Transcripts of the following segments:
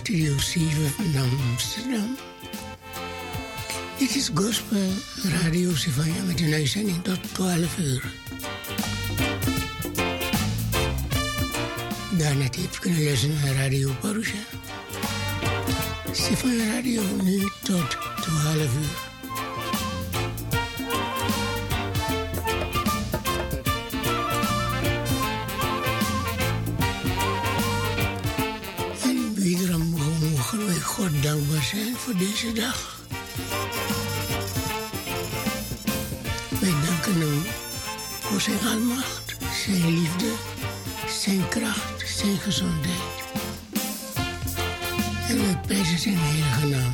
Studio 7 van Amsterdam. Dit is Gospel Radio Sivaya met een uitzending tot 12 uur. Daarna heb je kunnen luisteren naar Radio Parusha. Sivaya Radio nu tot 12 uur. God dankbaar zijn voor deze dag. Wij danken hem voor zijn almacht, zijn liefde, zijn kracht, zijn gezondheid. En wij prijzen zijn heilige naam.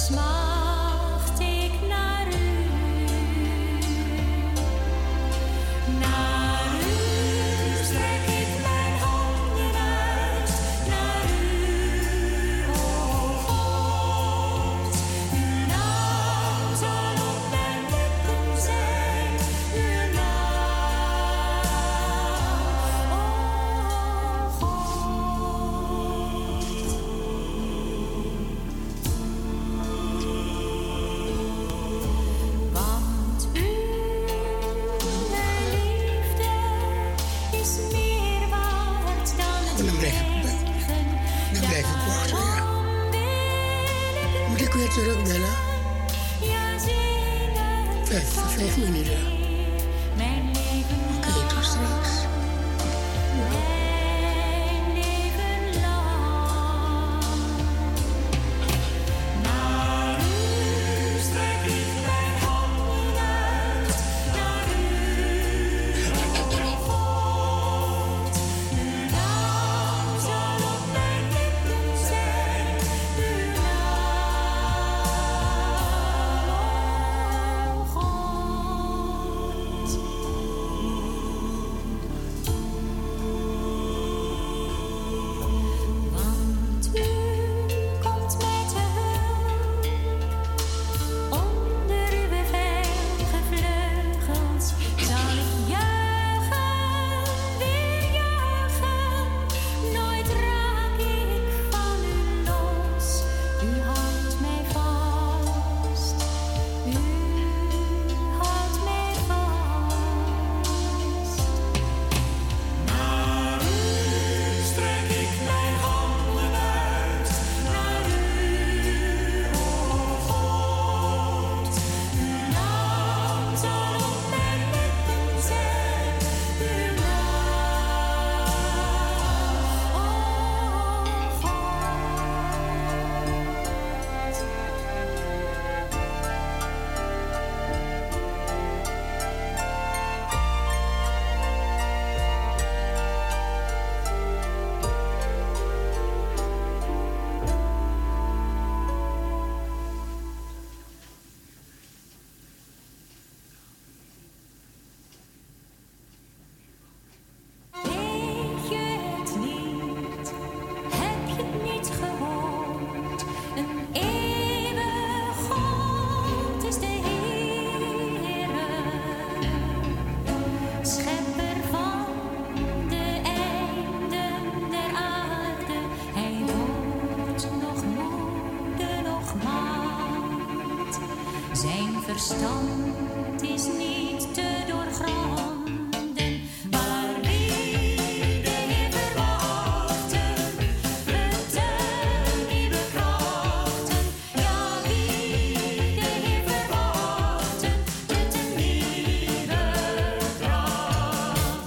smacht ik naar u. Naar u strek ik mijn handen uit. Naar u, o God. Uw naam zal op mijn lippen zijn. Uw naam, o God. Want uw liefde is meer waard dan het En dan blijf ik leven. wachten, ja. Daarom wil ik Moet ik weer terugbellen? ja zingen. 5 minuten. Mijn leven Oké, tot straks. mijn leven lang. Naar u strek ik mijn handen uit. Naar u, o God. Uw naam zal op mijn lippen zijn. Uw naam, o God. Want u komt mij te hulp. Onder uw veilige vleugels zal ik juichen, weer juichen. Nooit raak ik van u los. U houdt mij vast. U houdt mij vast. Naar u strek ik mijn handen uit. Naar u, o God. Uw naam zal op mijn lippen zijn. Uw naam, o Weet je het niet? Heb je het niet gehoord? Een eeuwige God is de Heere, schepper van de einden der aarde. Hij wordt nog moede, nog maat. Zijn verstand is niet te doorgronden. Maar wie de Heer verwachten, met nieuwe krachten. Ja, wie de Heer verwachten, met een nieuwe kracht.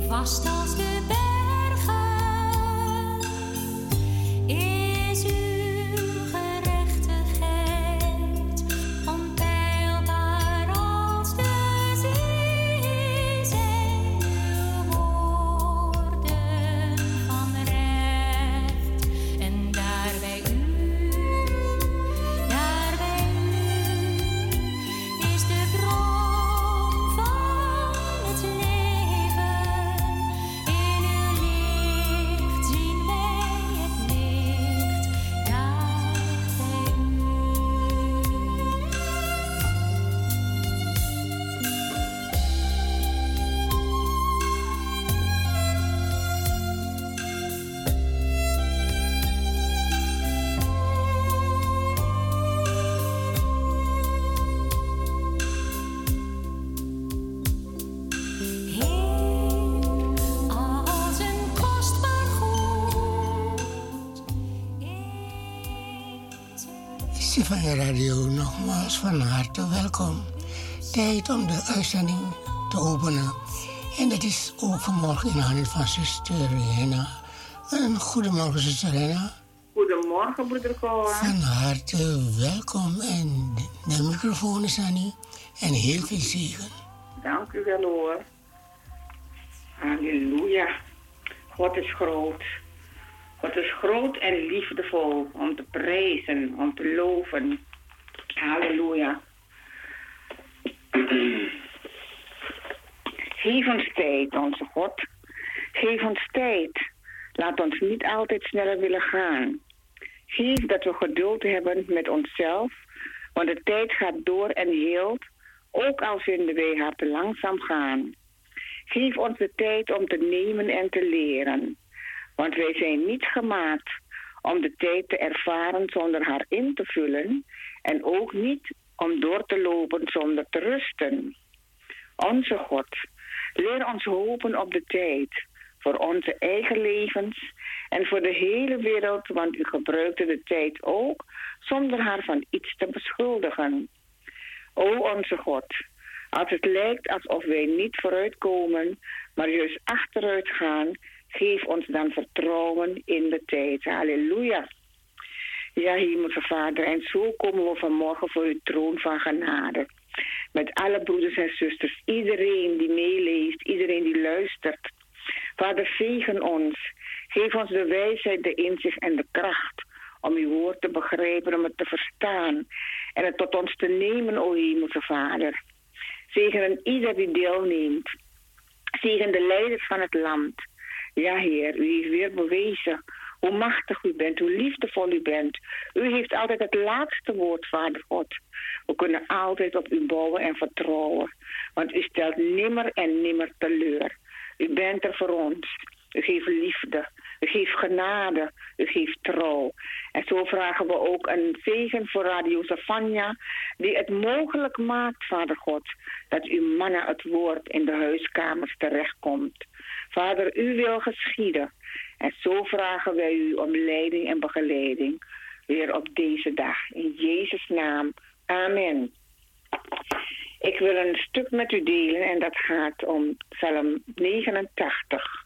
vast als de bergen, is uw gerechtigheid onpeilbaar als de zee, zijn uw woorden van recht. En daar bij u is de bron van het leven. In uw licht zien wij het licht, daar bij u. Heer, als een kostbaar goed is Stefania Radio, nogmaals van harte welkom. Tijd om de uitzending te openen. En dat is ook vanmorgen in handen van zuster Rihanna. Goedemorgen, zuster Rihanna. Goedemorgen, broeder Koa. Van harte welkom. En de microfoon is aan u. En heel veel zegen. Dank u wel hoor. Halleluja. God is groot. God is groot en liefdevol om te prijzen, om te loven. Halleluja. Geef ons tijd, onze God. Geef ons tijd. Laat ons niet altijd sneller willen gaan. Geef dat we geduld hebben met onszelf, want de tijd gaat door en heelt, ook al vinden wij haar te langzaam gaan. Geef ons de tijd om te nemen en te leren, want wij zijn niet gemaakt om de tijd te ervaren zonder haar in te vullen en ook niet om door te lopen zonder te rusten. Onze God, leer ons hopen op de tijd, voor onze eigen levens en voor de hele wereld, want u gebruikte de tijd ook zonder haar van iets te beschuldigen. O onze God, als het lijkt alsof wij niet vooruitkomen, maar juist achteruit gaan, geef ons dan vertrouwen in de tijd. Halleluja. Ja, Hemelse Vader, en zo komen we vanmorgen voor uw troon van genade. Met alle broeders en zusters, iedereen die meeleest, iedereen die luistert. Vader, zegen ons. Geef ons de wijsheid, de inzicht en de kracht om uw woord te begrijpen, om het te verstaan en het tot ons te nemen, o Hemelse Vader. Zegen ieder die deelneemt. Zegen de leiders van het land. Ja, Heer, u heeft weer bewezen hoe machtig u bent, hoe liefdevol u bent. U heeft altijd het laatste woord, Vader God. We kunnen altijd op u bouwen en vertrouwen, want u stelt nimmer en nimmer teleur. U bent er voor ons. U geeft liefde. U geeft genade. U geeft trouw. En zo vragen we ook een zegen voor Radio Stefania, die het mogelijk maakt, Vader God, dat uw manna het woord in de huiskamers terechtkomt. Vader, uw wil geschieden. En zo vragen wij u om leiding en begeleiding weer op deze dag. In Jezus' naam. Amen. Ik wil een stuk met u delen en dat gaat om Psalm 89.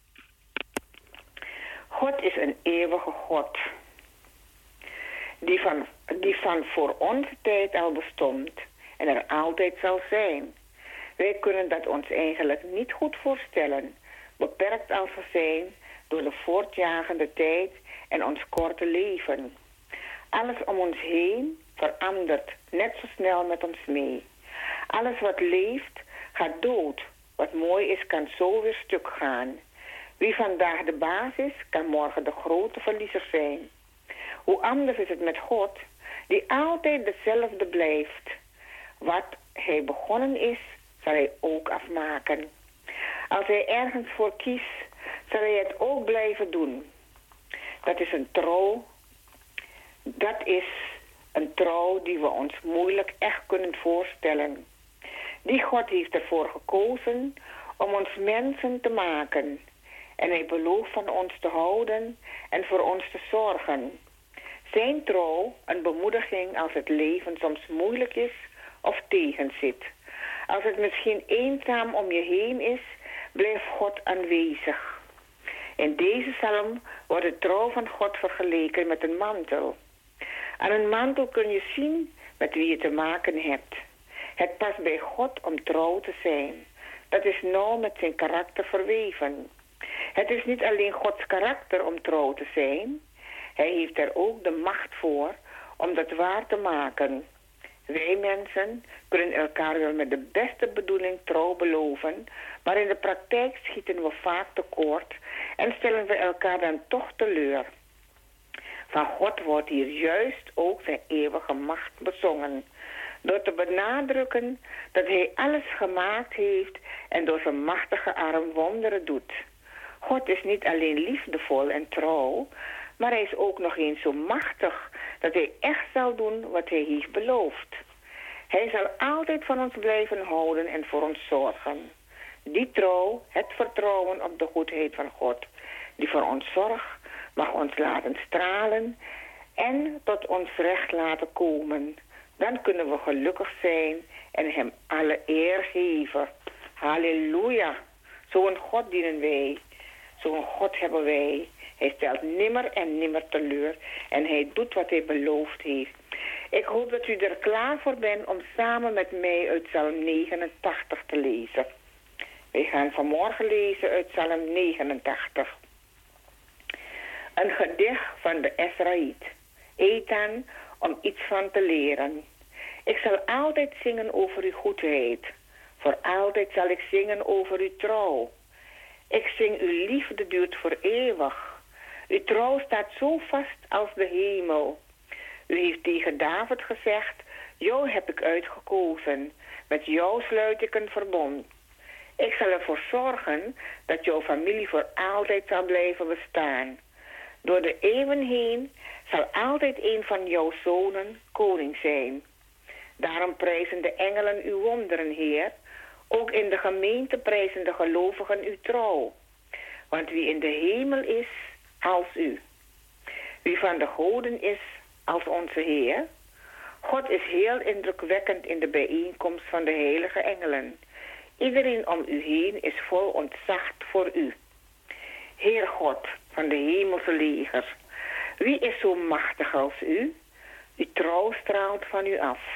God is een eeuwige God, die van voor onze tijd al bestond en er altijd zal zijn. Wij kunnen dat ons eigenlijk niet goed voorstellen, beperkt als we zijn door de voortjagende tijd en ons korte leven. Alles om ons heen verandert net zo snel met ons mee. Alles wat leeft gaat dood. Wat mooi is kan zo weer stuk gaan. Wie vandaag de baas is, kan morgen de grote verliezer zijn. Hoe anders is het met God, die altijd dezelfde blijft. Wat hij begonnen is, zal hij ook afmaken. Als hij ergens voor kiest, zal hij het ook blijven doen. Dat is een trouw die we ons moeilijk echt kunnen voorstellen. Die God heeft ervoor gekozen om ons mensen te maken. En hij belooft van ons te houden en voor ons te zorgen. Zijn trouw een bemoediging als het leven soms moeilijk is of tegenzit. Als het misschien eenzaam om je heen is, blijft God God aanwezig. In deze psalm wordt de trouw van God vergeleken met een mantel. Aan een mantel kun je zien met wie je te maken hebt. Het past bij God om trouw te zijn. Dat is nauw met zijn karakter verweven. Het is niet alleen Gods karakter om trouw te zijn. Hij heeft er ook de macht voor om dat waar te maken. Wij mensen kunnen elkaar wel met de beste bedoeling trouw beloven, maar in de praktijk schieten we vaak tekort en stellen we elkaar dan toch teleur. Van God wordt hier juist ook zijn eeuwige macht bezongen. Door te benadrukken dat hij alles gemaakt heeft en door zijn machtige arm wonderen doet. God is niet alleen liefdevol en trouw, maar hij is ook nog eens zo machtig dat hij echt zal doen wat hij heeft beloofd. Hij zal altijd van ons blijven houden en voor ons zorgen. Die trouw, het vertrouwen op de goedheid van God, die voor ons zorgt, mag ons laten stralen en tot ons recht laten komen. Dan kunnen we gelukkig zijn en hem alle eer geven. Halleluja. Zo'n God dienen wij. Zo'n God hebben wij. Hij stelt nimmer en nimmer teleur en hij doet wat hij beloofd heeft. Ik hoop dat u er klaar voor bent om samen met mij uit Psalm 89 te lezen. Wij gaan vanmorgen lezen uit Psalm 89. Een gedicht van de Ezraïet. Ethan, om iets van te leren. Ik zal altijd zingen over uw goedheid. Voor altijd zal ik zingen over uw trouw. Ik zing uw liefde duurt voor eeuwig. Uw trouw staat zo vast als de hemel. U heeft tegen David gezegd, jou heb ik uitgekozen. Met jou sluit ik een verbond. Ik zal ervoor zorgen dat jouw familie voor altijd zal blijven bestaan. Door de eeuwen heen zal altijd een van jouw zonen koning zijn. Daarom prijzen de engelen uw wonderen, Heer. Ook in de gemeente prijzen de gelovigen uw trouw. Want wie in de hemel is, als u. Wie van de goden is, als onze Heer. God is heel indrukwekkend in de bijeenkomst van de heilige engelen. Iedereen om u heen is vol ontzag voor u. Heer God van de hemelse legers, wie is zo machtig als u? Uw trouw straalt van u af.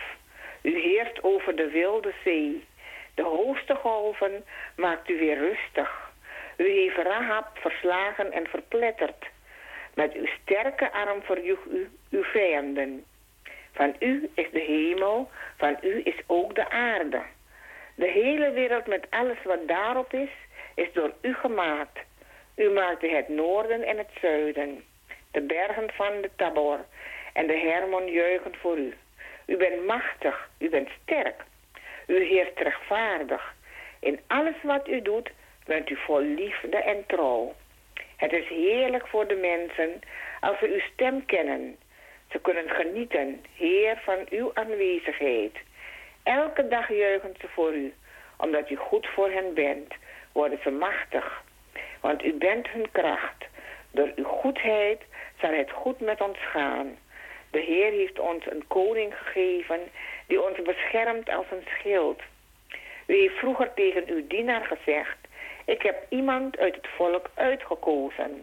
U heerst over de wilde zee. De hoogste golven maakt u weer rustig. U heeft Rahab verslagen en verpletterd. Met uw sterke arm verjoeg u uw vijanden. Van u is de hemel, van u is ook de aarde. De hele wereld met alles wat daarop is door u gemaakt. U maakte het noorden en het zuiden. De bergen van de Tabor en de Hermon juichen voor u. U bent machtig, u bent sterk. U heerst rechtvaardig. In alles wat u doet, bent u vol liefde en trouw. Het is heerlijk voor de mensen als ze uw stem kennen. Ze kunnen genieten, Heer, van uw aanwezigheid. Elke dag juichen ze voor u. Omdat u goed voor hen bent, worden ze machtig. Want u bent hun kracht. Door uw goedheid zal het goed met ons gaan. De Heer heeft ons een koning gegeven die ons beschermt als een schild. U heeft vroeger tegen uw dienaar gezegd, ik heb iemand uit het volk uitgekozen.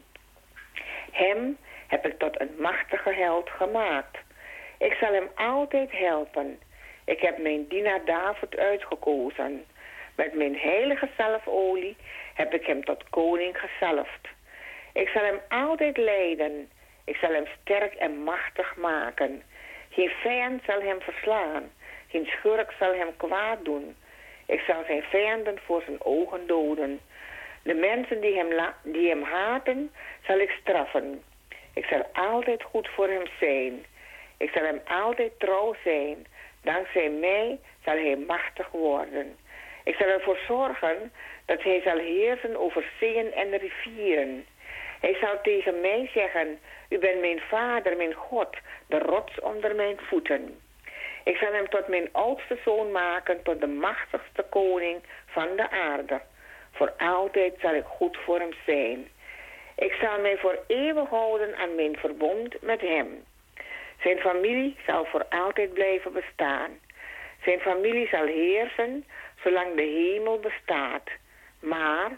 Hem heb ik tot een machtige held gemaakt. Ik zal hem altijd helpen. Ik heb mijn dienaar David uitgekozen. Met mijn heilige zalfolie heb ik hem tot koning gezalfd. Ik zal hem altijd leiden. Ik zal hem sterk en machtig maken. Geen vijand zal hem verslaan. Geen schurk zal hem kwaad doen. Ik zal zijn vijanden voor zijn ogen doden. De mensen die hem haten, zal ik straffen. Ik zal altijd goed voor hem zijn. Ik zal hem altijd trouw zijn. Dankzij mij zal hij machtig worden. Ik zal ervoor zorgen dat hij zal heersen over zeeën en rivieren. Hij zal tegen mij zeggen, u bent mijn vader, mijn God, de rots onder mijn voeten. Ik zal hem tot mijn oudste zoon maken, tot de machtigste koning van de aarde. Voor altijd zal ik goed voor hem zijn. Ik zal mij voor eeuwig houden aan mijn verbond met hem. Zijn familie zal voor altijd blijven bestaan. Zijn familie zal heersen zolang de hemel bestaat. Maar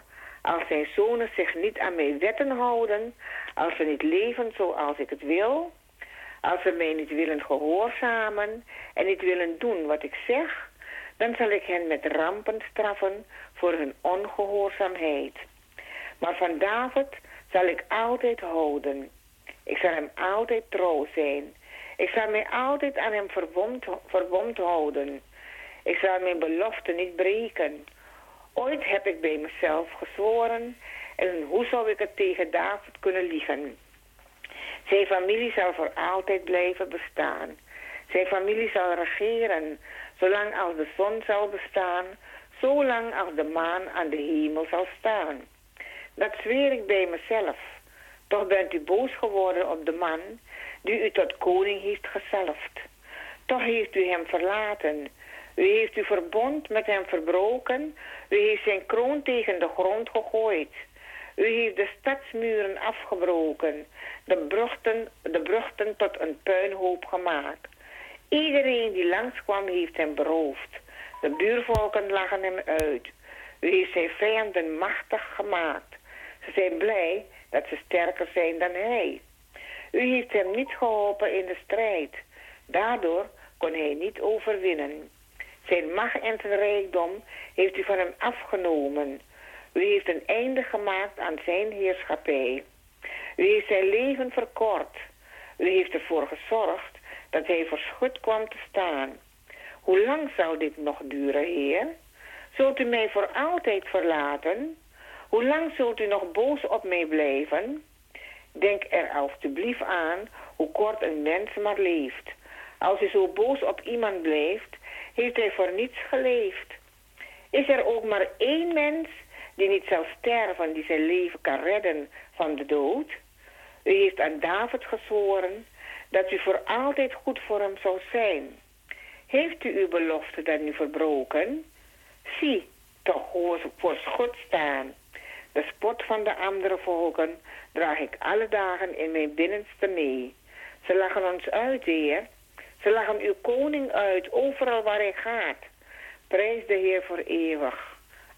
Als zijn zonen zich niet aan mijn wetten houden, als ze niet leven zoals ik het wil, als ze mij niet willen gehoorzamen en niet willen doen wat ik zeg, dan zal ik hen met rampen straffen voor hun ongehoorzaamheid. Maar van David zal ik altijd houden. Ik zal hem altijd trouw zijn. Ik zal mij altijd aan hem verwond houden. Ik zal mijn belofte niet breken. Ooit heb ik bij mezelf gezworen en hoe zou ik het tegen David kunnen liegen? Zijn familie zal voor altijd blijven bestaan. Zijn familie zal regeren, zolang als de zon zal bestaan, zolang als de maan aan de hemel zal staan. Dat zweer ik bij mezelf. Toch bent u boos geworden op de man die u tot koning heeft gezalfd. Toch heeft u hem verlaten. U heeft uw verbond met hem verbroken. U heeft zijn kroon tegen de grond gegooid. U heeft de stadsmuren afgebroken. De bruggen tot een puinhoop gemaakt. Iedereen die langskwam heeft hem beroofd. De buurvolken lachen hem uit. U heeft zijn vijanden machtig gemaakt. Ze zijn blij dat ze sterker zijn dan hij. U heeft hem niet geholpen in de strijd. Daardoor kon hij niet overwinnen. Zijn macht en zijn rijkdom heeft u van hem afgenomen. U heeft een einde gemaakt aan zijn heerschappij. U heeft zijn leven verkort. U heeft ervoor gezorgd dat hij verschut kwam te staan. Hoe lang zal dit nog duren, Heer? Zult u mij voor altijd verlaten? Hoe lang zult u nog boos op mij blijven? Denk er alstublieft aan hoe kort een mens maar leeft. Als u zo boos op iemand blijft, heeft hij voor niets geleefd. Is er ook maar één mens die niet zal sterven, die zijn leven kan redden van de dood? U heeft aan David gezworen dat u voor altijd goed voor hem zou zijn. Heeft u uw belofte dan nu verbroken? Zie, toch hoor ze voor schut staan. De spot van de andere volken draag ik alle dagen in mijn binnenste mee. Ze lachen ons uit, Heer. Ze lachen uw koning uit, overal waar hij gaat. Prijs de Heer voor eeuwig.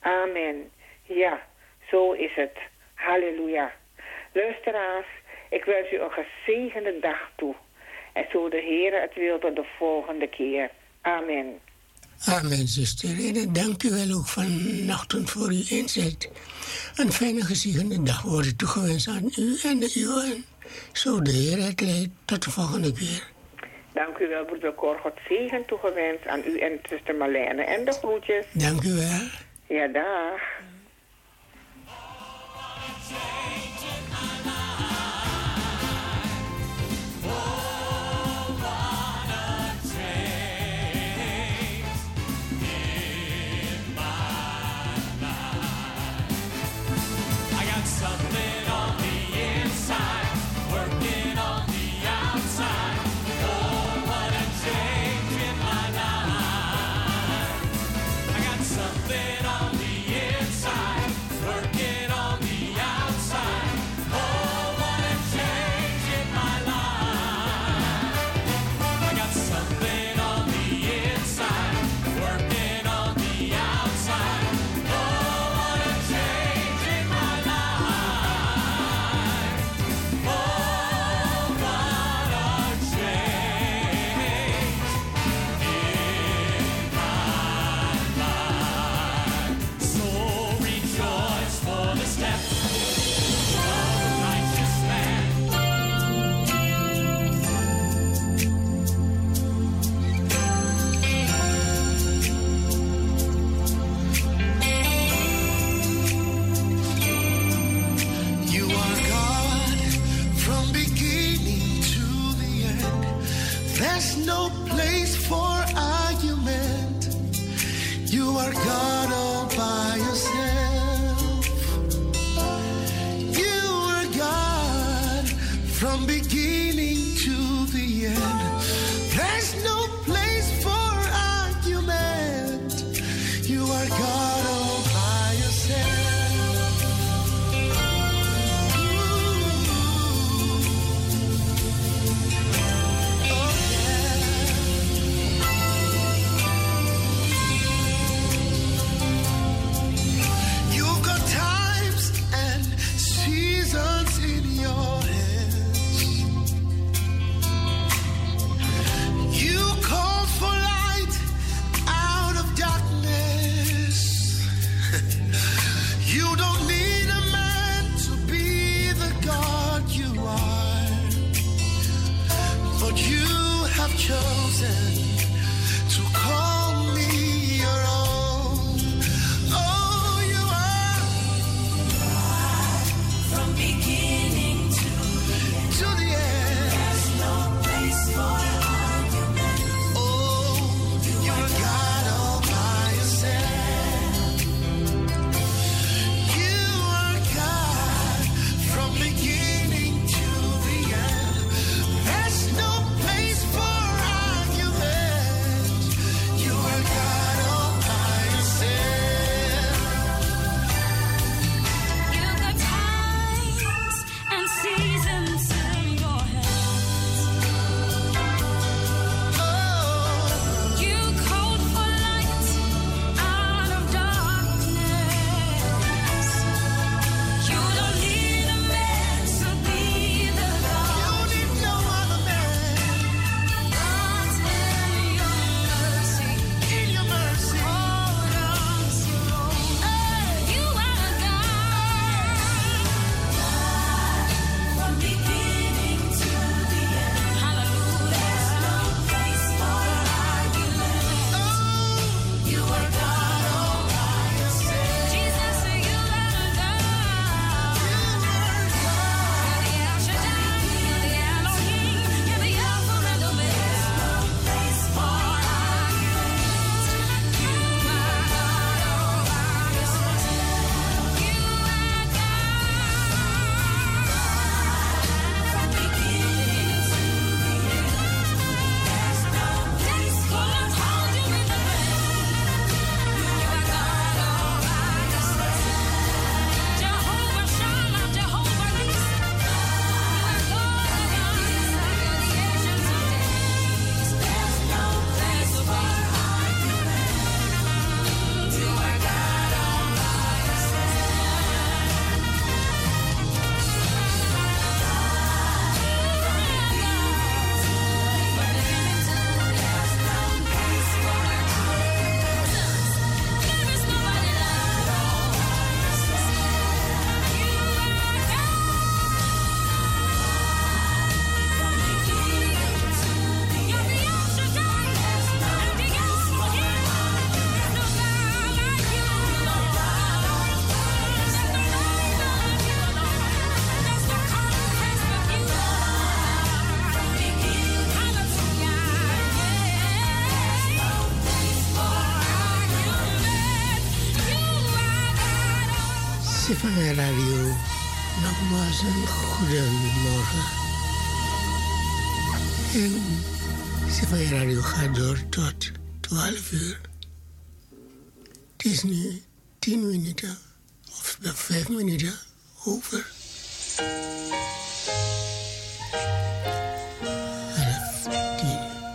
Amen. Ja, zo is het. Halleluja. Luisteraars, ik wens u een gezegende dag toe. En zo de Heer het wil tot de volgende keer. Amen. Amen, zuster. En dank u wel ook vanochtend voor uw inzet. Een fijne gezegende dag wordt toegewenst aan u en de uwen. Zo de Heer het leidt. Tot de volgende keer. Dank u wel, broeder Cor. God zegen toegewenst aan u en zuster Marlene. En de groetjes. Dank u wel. Ja, dag. You've got times CFM Radio, nogmaals een goedemorgen. En CFM Radio gaat door tot 12 uur. Het is nu 10 minuten, of 5 minuten over 11:10.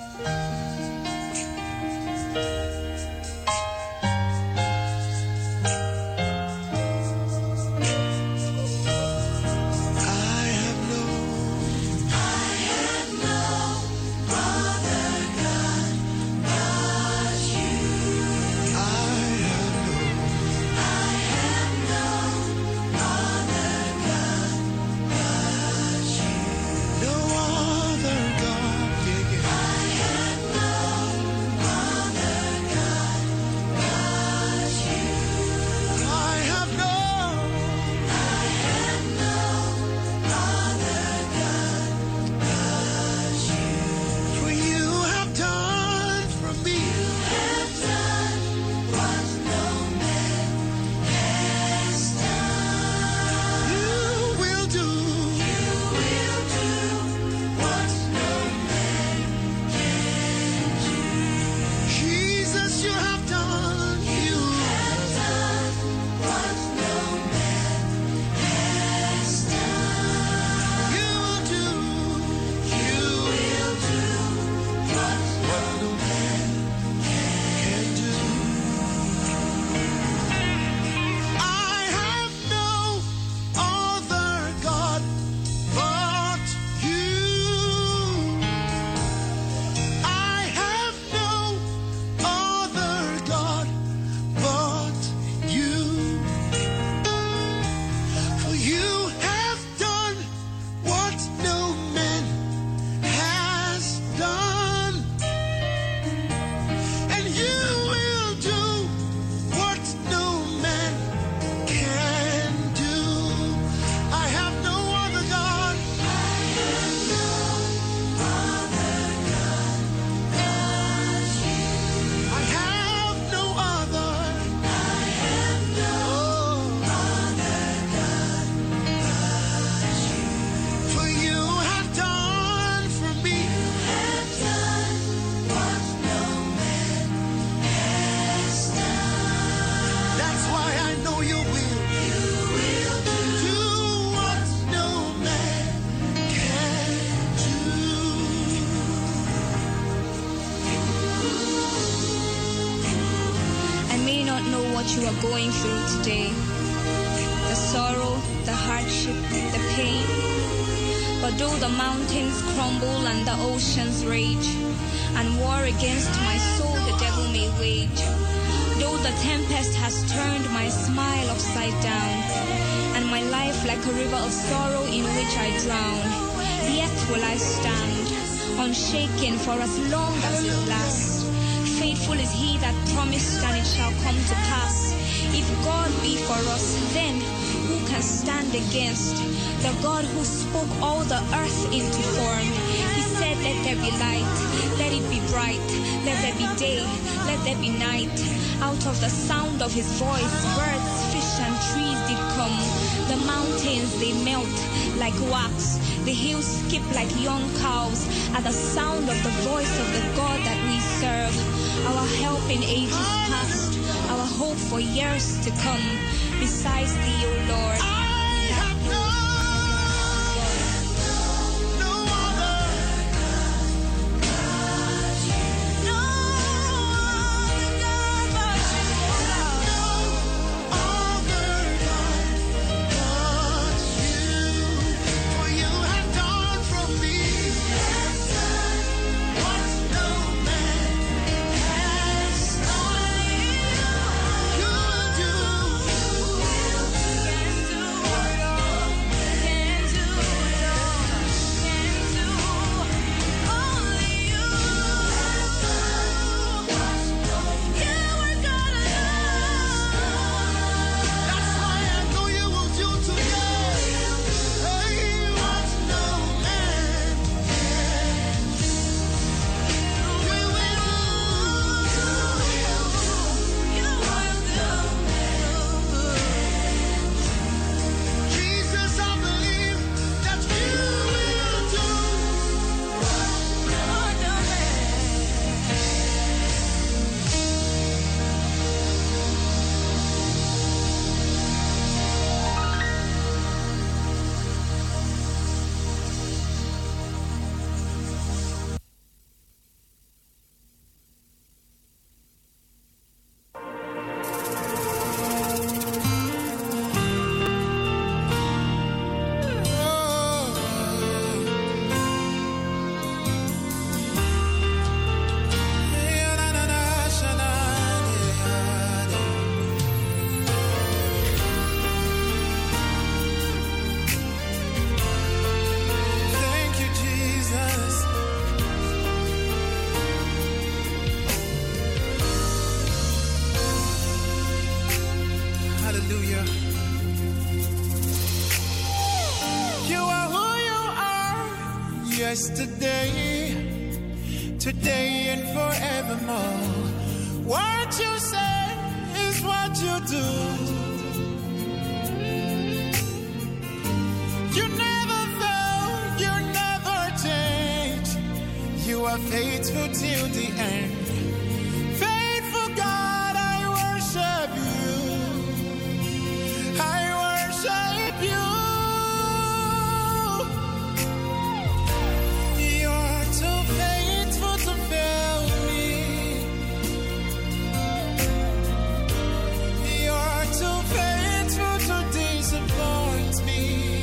You are going through today, the sorrow, the hardship, the pain. But though the mountains crumble and the oceans rage, and war against my soul the devil may wage, though the tempest has turned my smile upside down, and my life like a river of sorrow in which I drown, yet will I stand, unshaken for as long as it lasts. Faithful is he that promised, and it shall come to pass. If God be for us, then who can stand against? The God who spoke all the earth into form. He said, let there be light, let it be bright, let there be day, let there be night. Out of the sound of his voice, birds, fish, and trees did come. The mountains, they melt like wax. The hills skip like young cows at the sound of the voice of the God that we serve. Our help in ages past, our hope for years to come. Besides thee, O Lord, I have no other God but you. No other God but you. No other God but you. For you have done from me what no man has done. You will do. yesterday, today and forevermore. What you say is what you do. You never fail, you never change. You are faithful till the end. Faithful God, I worship you. I worship you. You're too faithful to fail me. You're too faithful to disappoint me.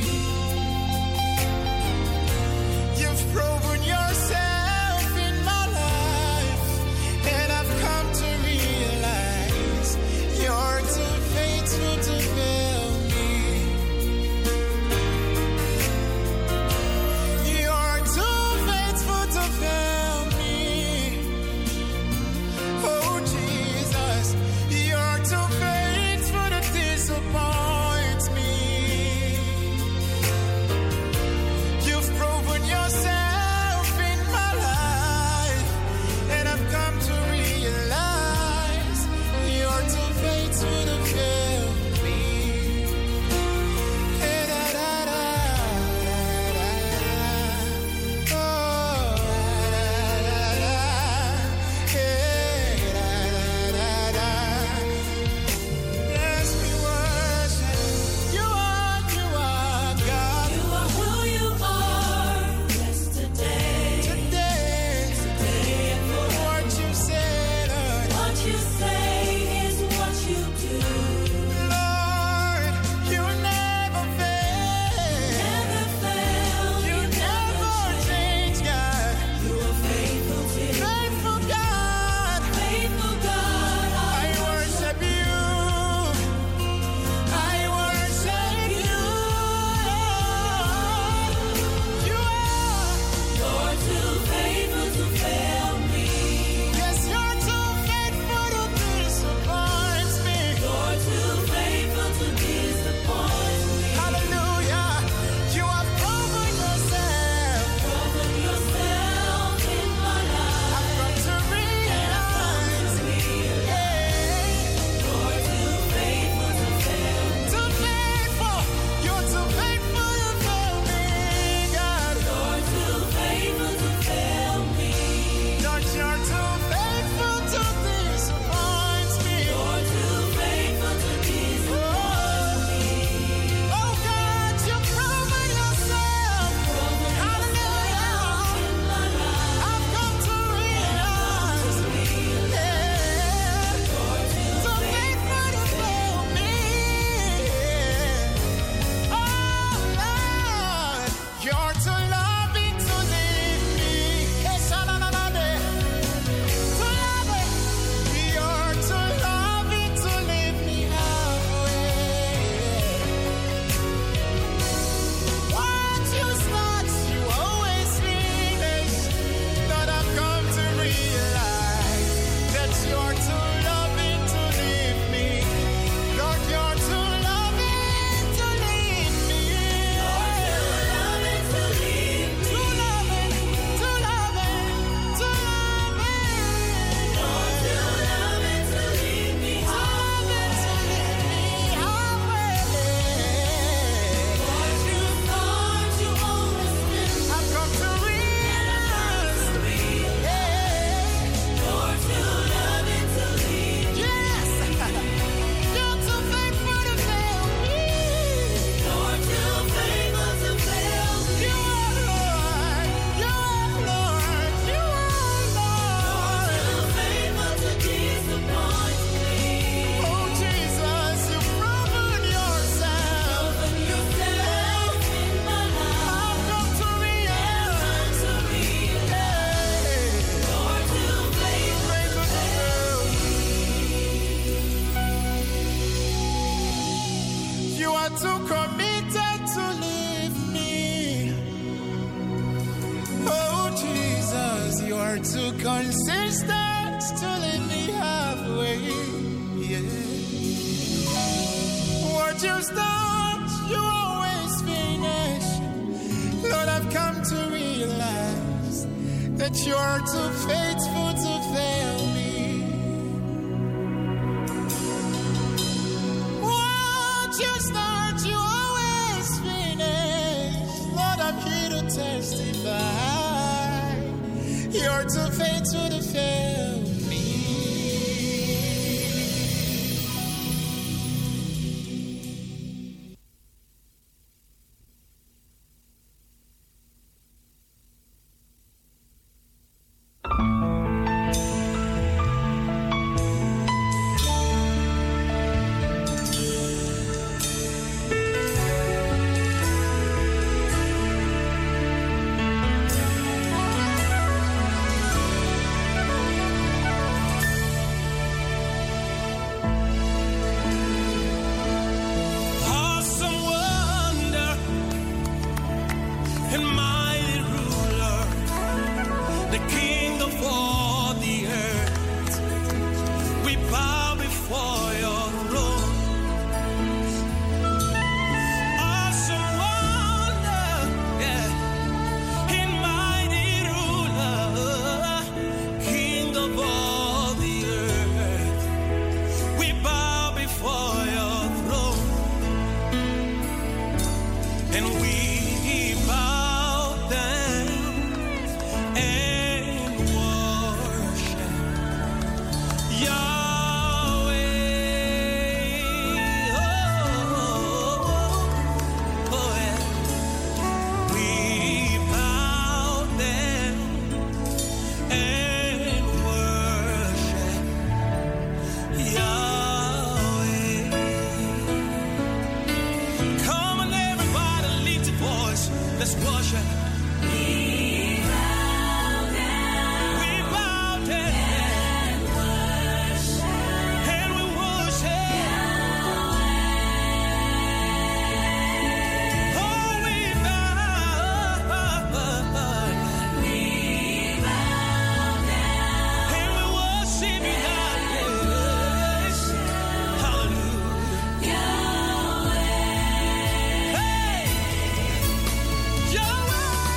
You've proven yourself in my life, and I've come to realize you're too faithful to fail me. You're too faithful to fail me. Oh Jesus, you're too faithful to disappoint me. You've proven yourself in my life, and I've come to realize you're too faithful to fail me. Yes, we worship you. Are God. You are who you are. Yesterday, Today, today and forever. what you said, Lord. What you say is what you do. Lord, you never fail. Never fail. You never change, God. You are faithful till Faithful God, faithful God. I worship you. I worship you. You are. You're too faithful to fail me. Yes, you're too faithful to disappoint me. You're too faithful to disappoint me. Hallelujah. You have proven yourself. Proven yourself in my life. I've come to realize. You're too faithful to fail me. Too faithful. You're too faithful to fail me, God. You're too faithful to fail me. Lord, you're too faithful to disappoint me. You're too faithful to disappoint me. Oh God, you've proven yourself. Hallelujah. In my life. I've come to realize. You're too faithful to fail me. Oh Lord, you're too loving to leave me. You're too loving to leave me halfway. What you start, you always finish. Lord, I've come to realize that you're too loving to leave me. Lord, you're too loving to leave me. Loving to leave me. Too loving, too loving, too loving. You're too loving to leave me. Too loving to leave me halfway. What you thought you always been. I've come to realize. You're too loving to leave me. Yes, you're too faithful to fail me. You're too faithful to fail me. You are Lord, you are Lord, you are Lord. Too faithful to disappoint me. Oh Jesus, you've proven yourself. Proven yourself in my life. I've come to realize. To realize you're too faithful to fail me. You are too committed to leave me. Oh Jesus, you are too consistent to leave me halfway. Yeah. What you start, you always finish. Lord, I've come to realize. that you're too faithful to fail me. What you start, you always finish. Lord, I'm here to testify. You're too faithful to fail me. Yahweh.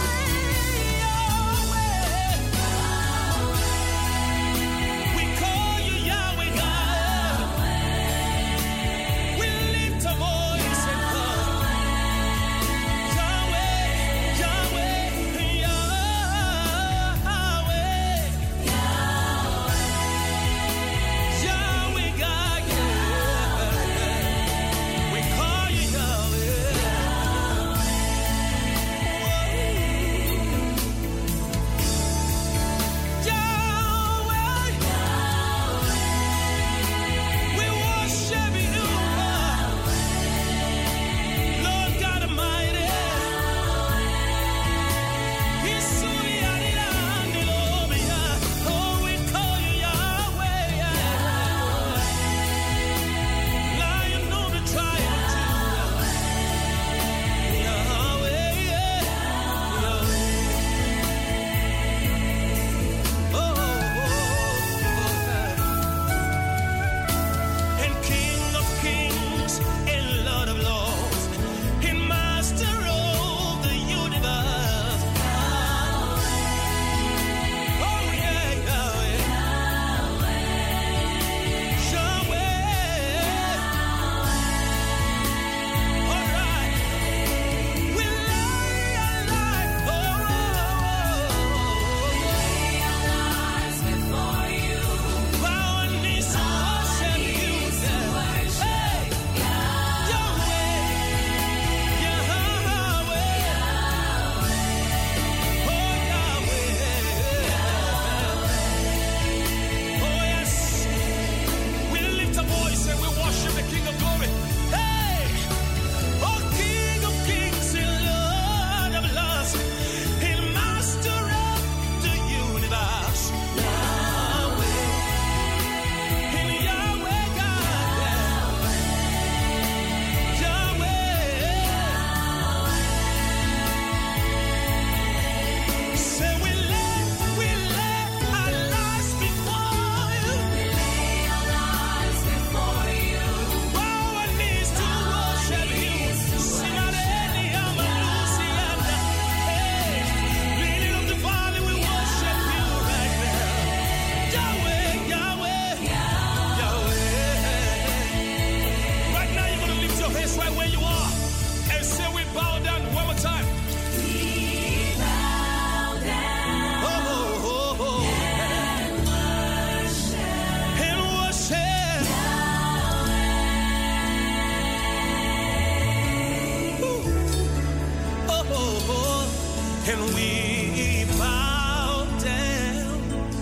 and we bow down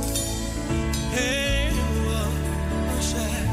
and worship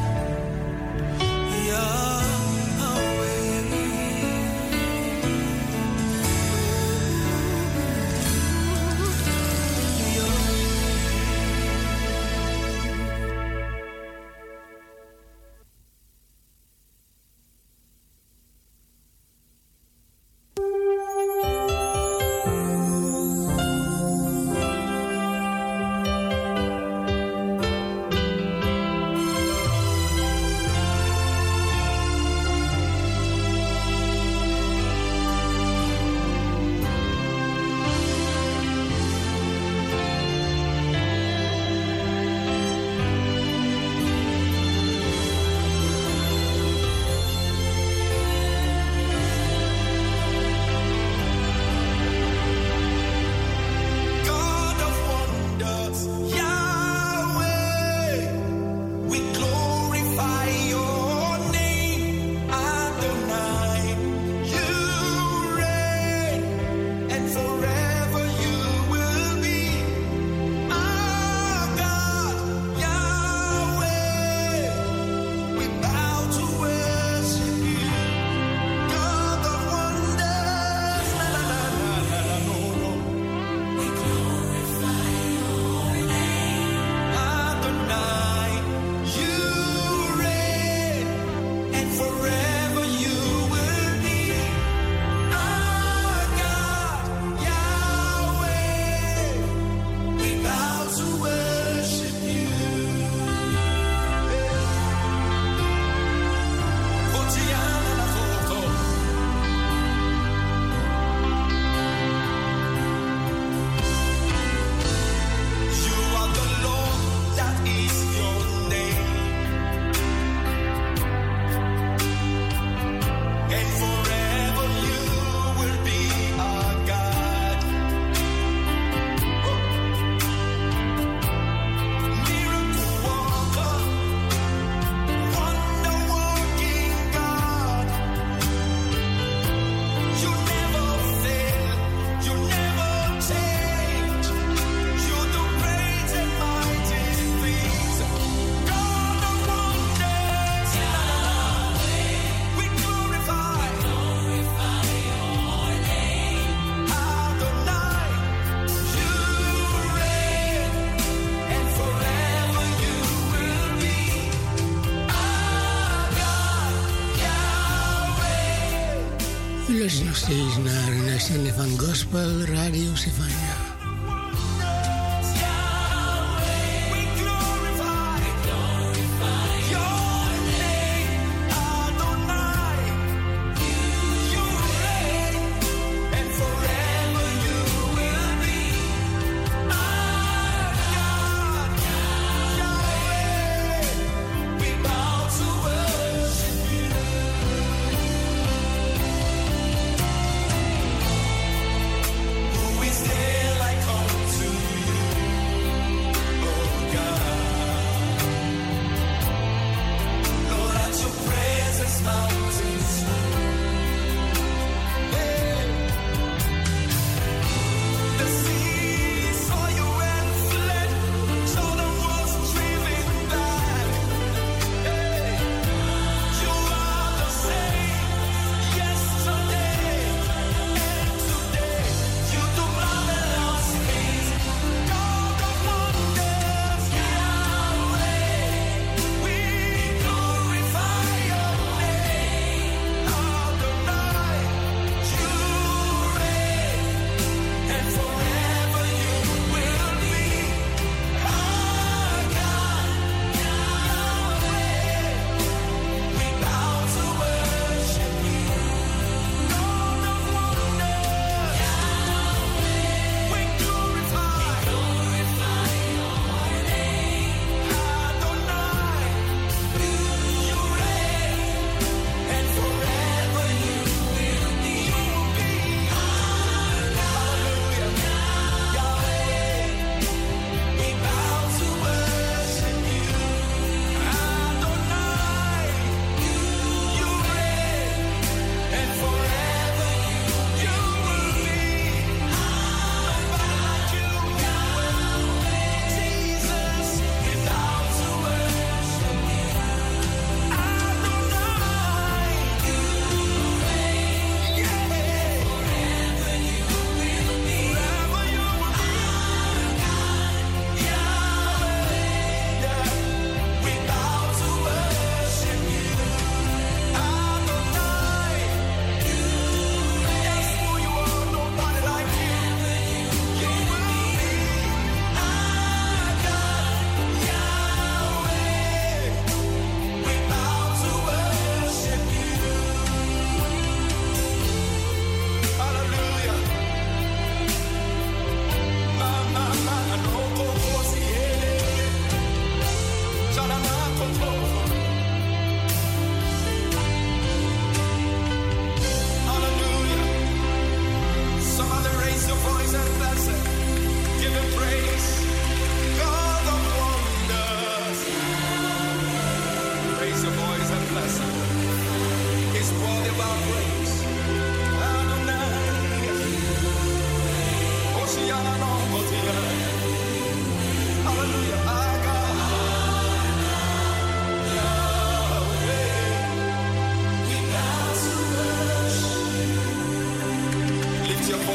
luistert nog steeds naar een uitzending van Gospel Radio Sivana. Like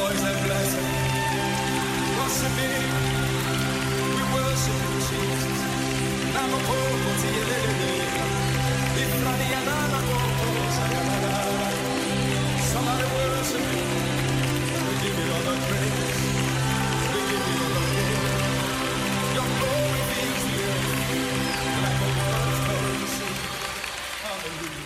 voice and bless him. Worship him. We worship you, Jesus. Namokoko tiyelelele. Ifradiyanana koko sayalala. Somebody worship him. We give you all the praise. We give you all the glory. Your glory fills the earth. Like a waterfall sea. Hallelujah.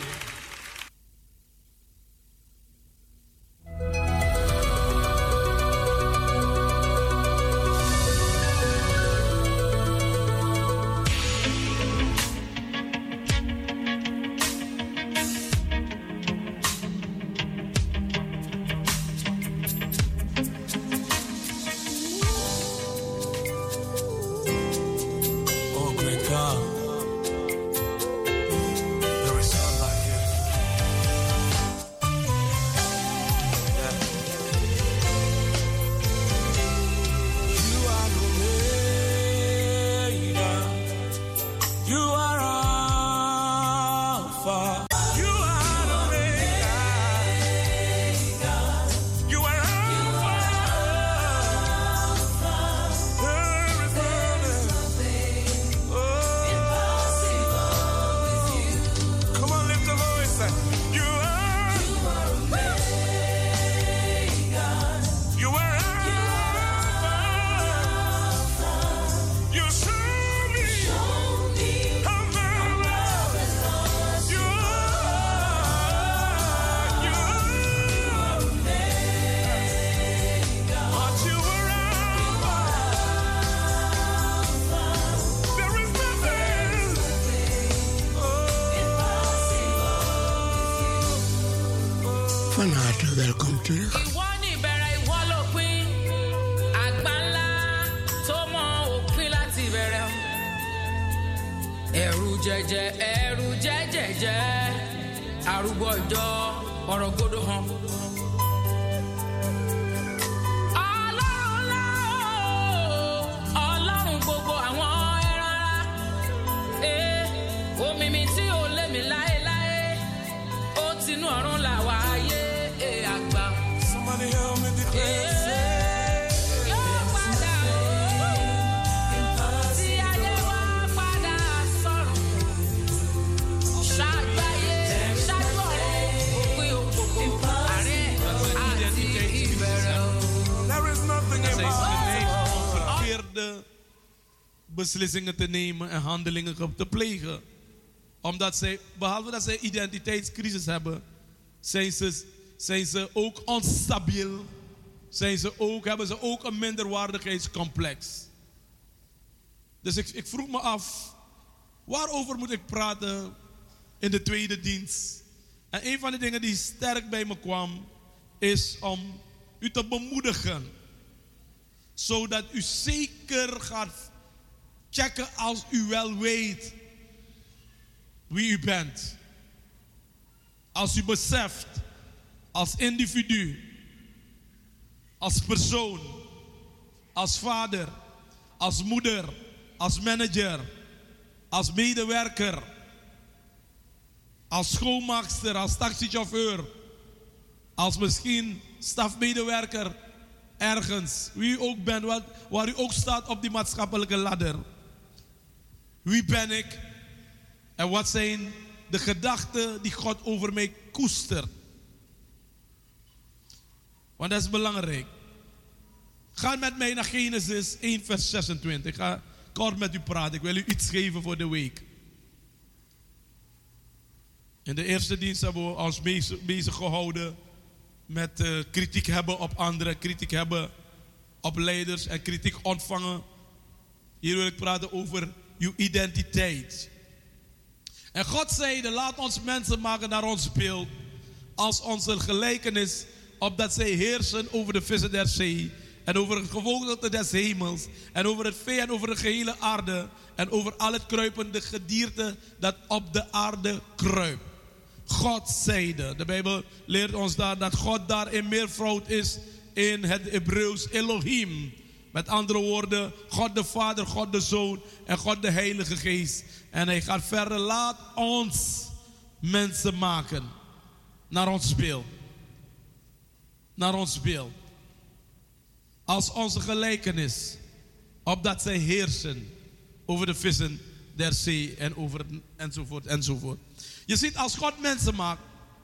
Van harte welkom terug. Ẹ̀rù jẹ́jẹ́ arúgbó ọjọ́ ọ̀rọ̀ gbọ́dọ̀ hàn. Ọlọ́run gbogbo àwọn ẹran ara. Omi mi tí ò lé mi láéláé. Ó tinú ọ̀run là wá ayé àgbà. Somebody help me declare. Beslissingen te nemen en handelingen te plegen. Omdat zij, behalve dat zij identiteitscrisis hebben, zijn ze ook onstabiel. Hebben ze ook een minderwaardigheidscomplex. Dus ik vroeg me af, waarover moet ik praten in de tweede dienst? En een van de dingen die sterk bij me kwam, is om u te bemoedigen. Zodat u zeker gaat checken als u wel weet wie u bent. Als u beseft, als individu, als persoon, als vader, als moeder, als manager, als medewerker, als schoonmaakster, als taxichauffeur, als misschien stafmedewerker ergens, wie u ook bent, waar u ook staat op die maatschappelijke ladder. Wie ben ik en wat zijn de gedachten die God over mij koestert? Want dat is belangrijk. Ga met mij naar Genesis 1 vers 26. Ik ga kort met u praten. Ik wil u iets geven voor de week. In de eerste dienst hebben we ons bezig gehouden met kritiek hebben op anderen, kritiek hebben op leiders en kritiek ontvangen. Hier wil ik praten over uw identiteit. En God zeide, laat ons mensen maken naar ons beeld, als onze gelijkenis, opdat zij heersen over de vissen der zee, en over het gevogelte des hemels, en over het vee en over de gehele aarde, en over al het kruipende gedierte dat op de aarde kruipt. God zeide, de Bijbel leert ons daar dat God daar in meervoud is in het Hebreeuws Elohim. Met andere woorden, God de Vader, God de Zoon en God de Heilige Geest. En hij gaat verder, laat ons mensen maken naar ons beeld. Naar ons beeld. als onze gelijkenis, opdat zij heersen over de vissen der zee en over enzovoort enzovoort. Je ziet, als God mensen maakt,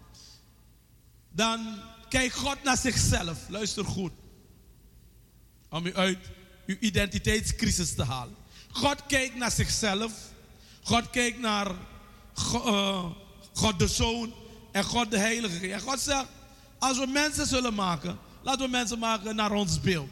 dan kijkt God naar zichzelf. Luister goed. Om u uit uw identiteitscrisis te halen. God kijkt naar zichzelf. God kijkt naar God de Zoon en God de Heilige Geest. En God zegt, als we mensen zullen maken, laten we mensen maken naar ons beeld.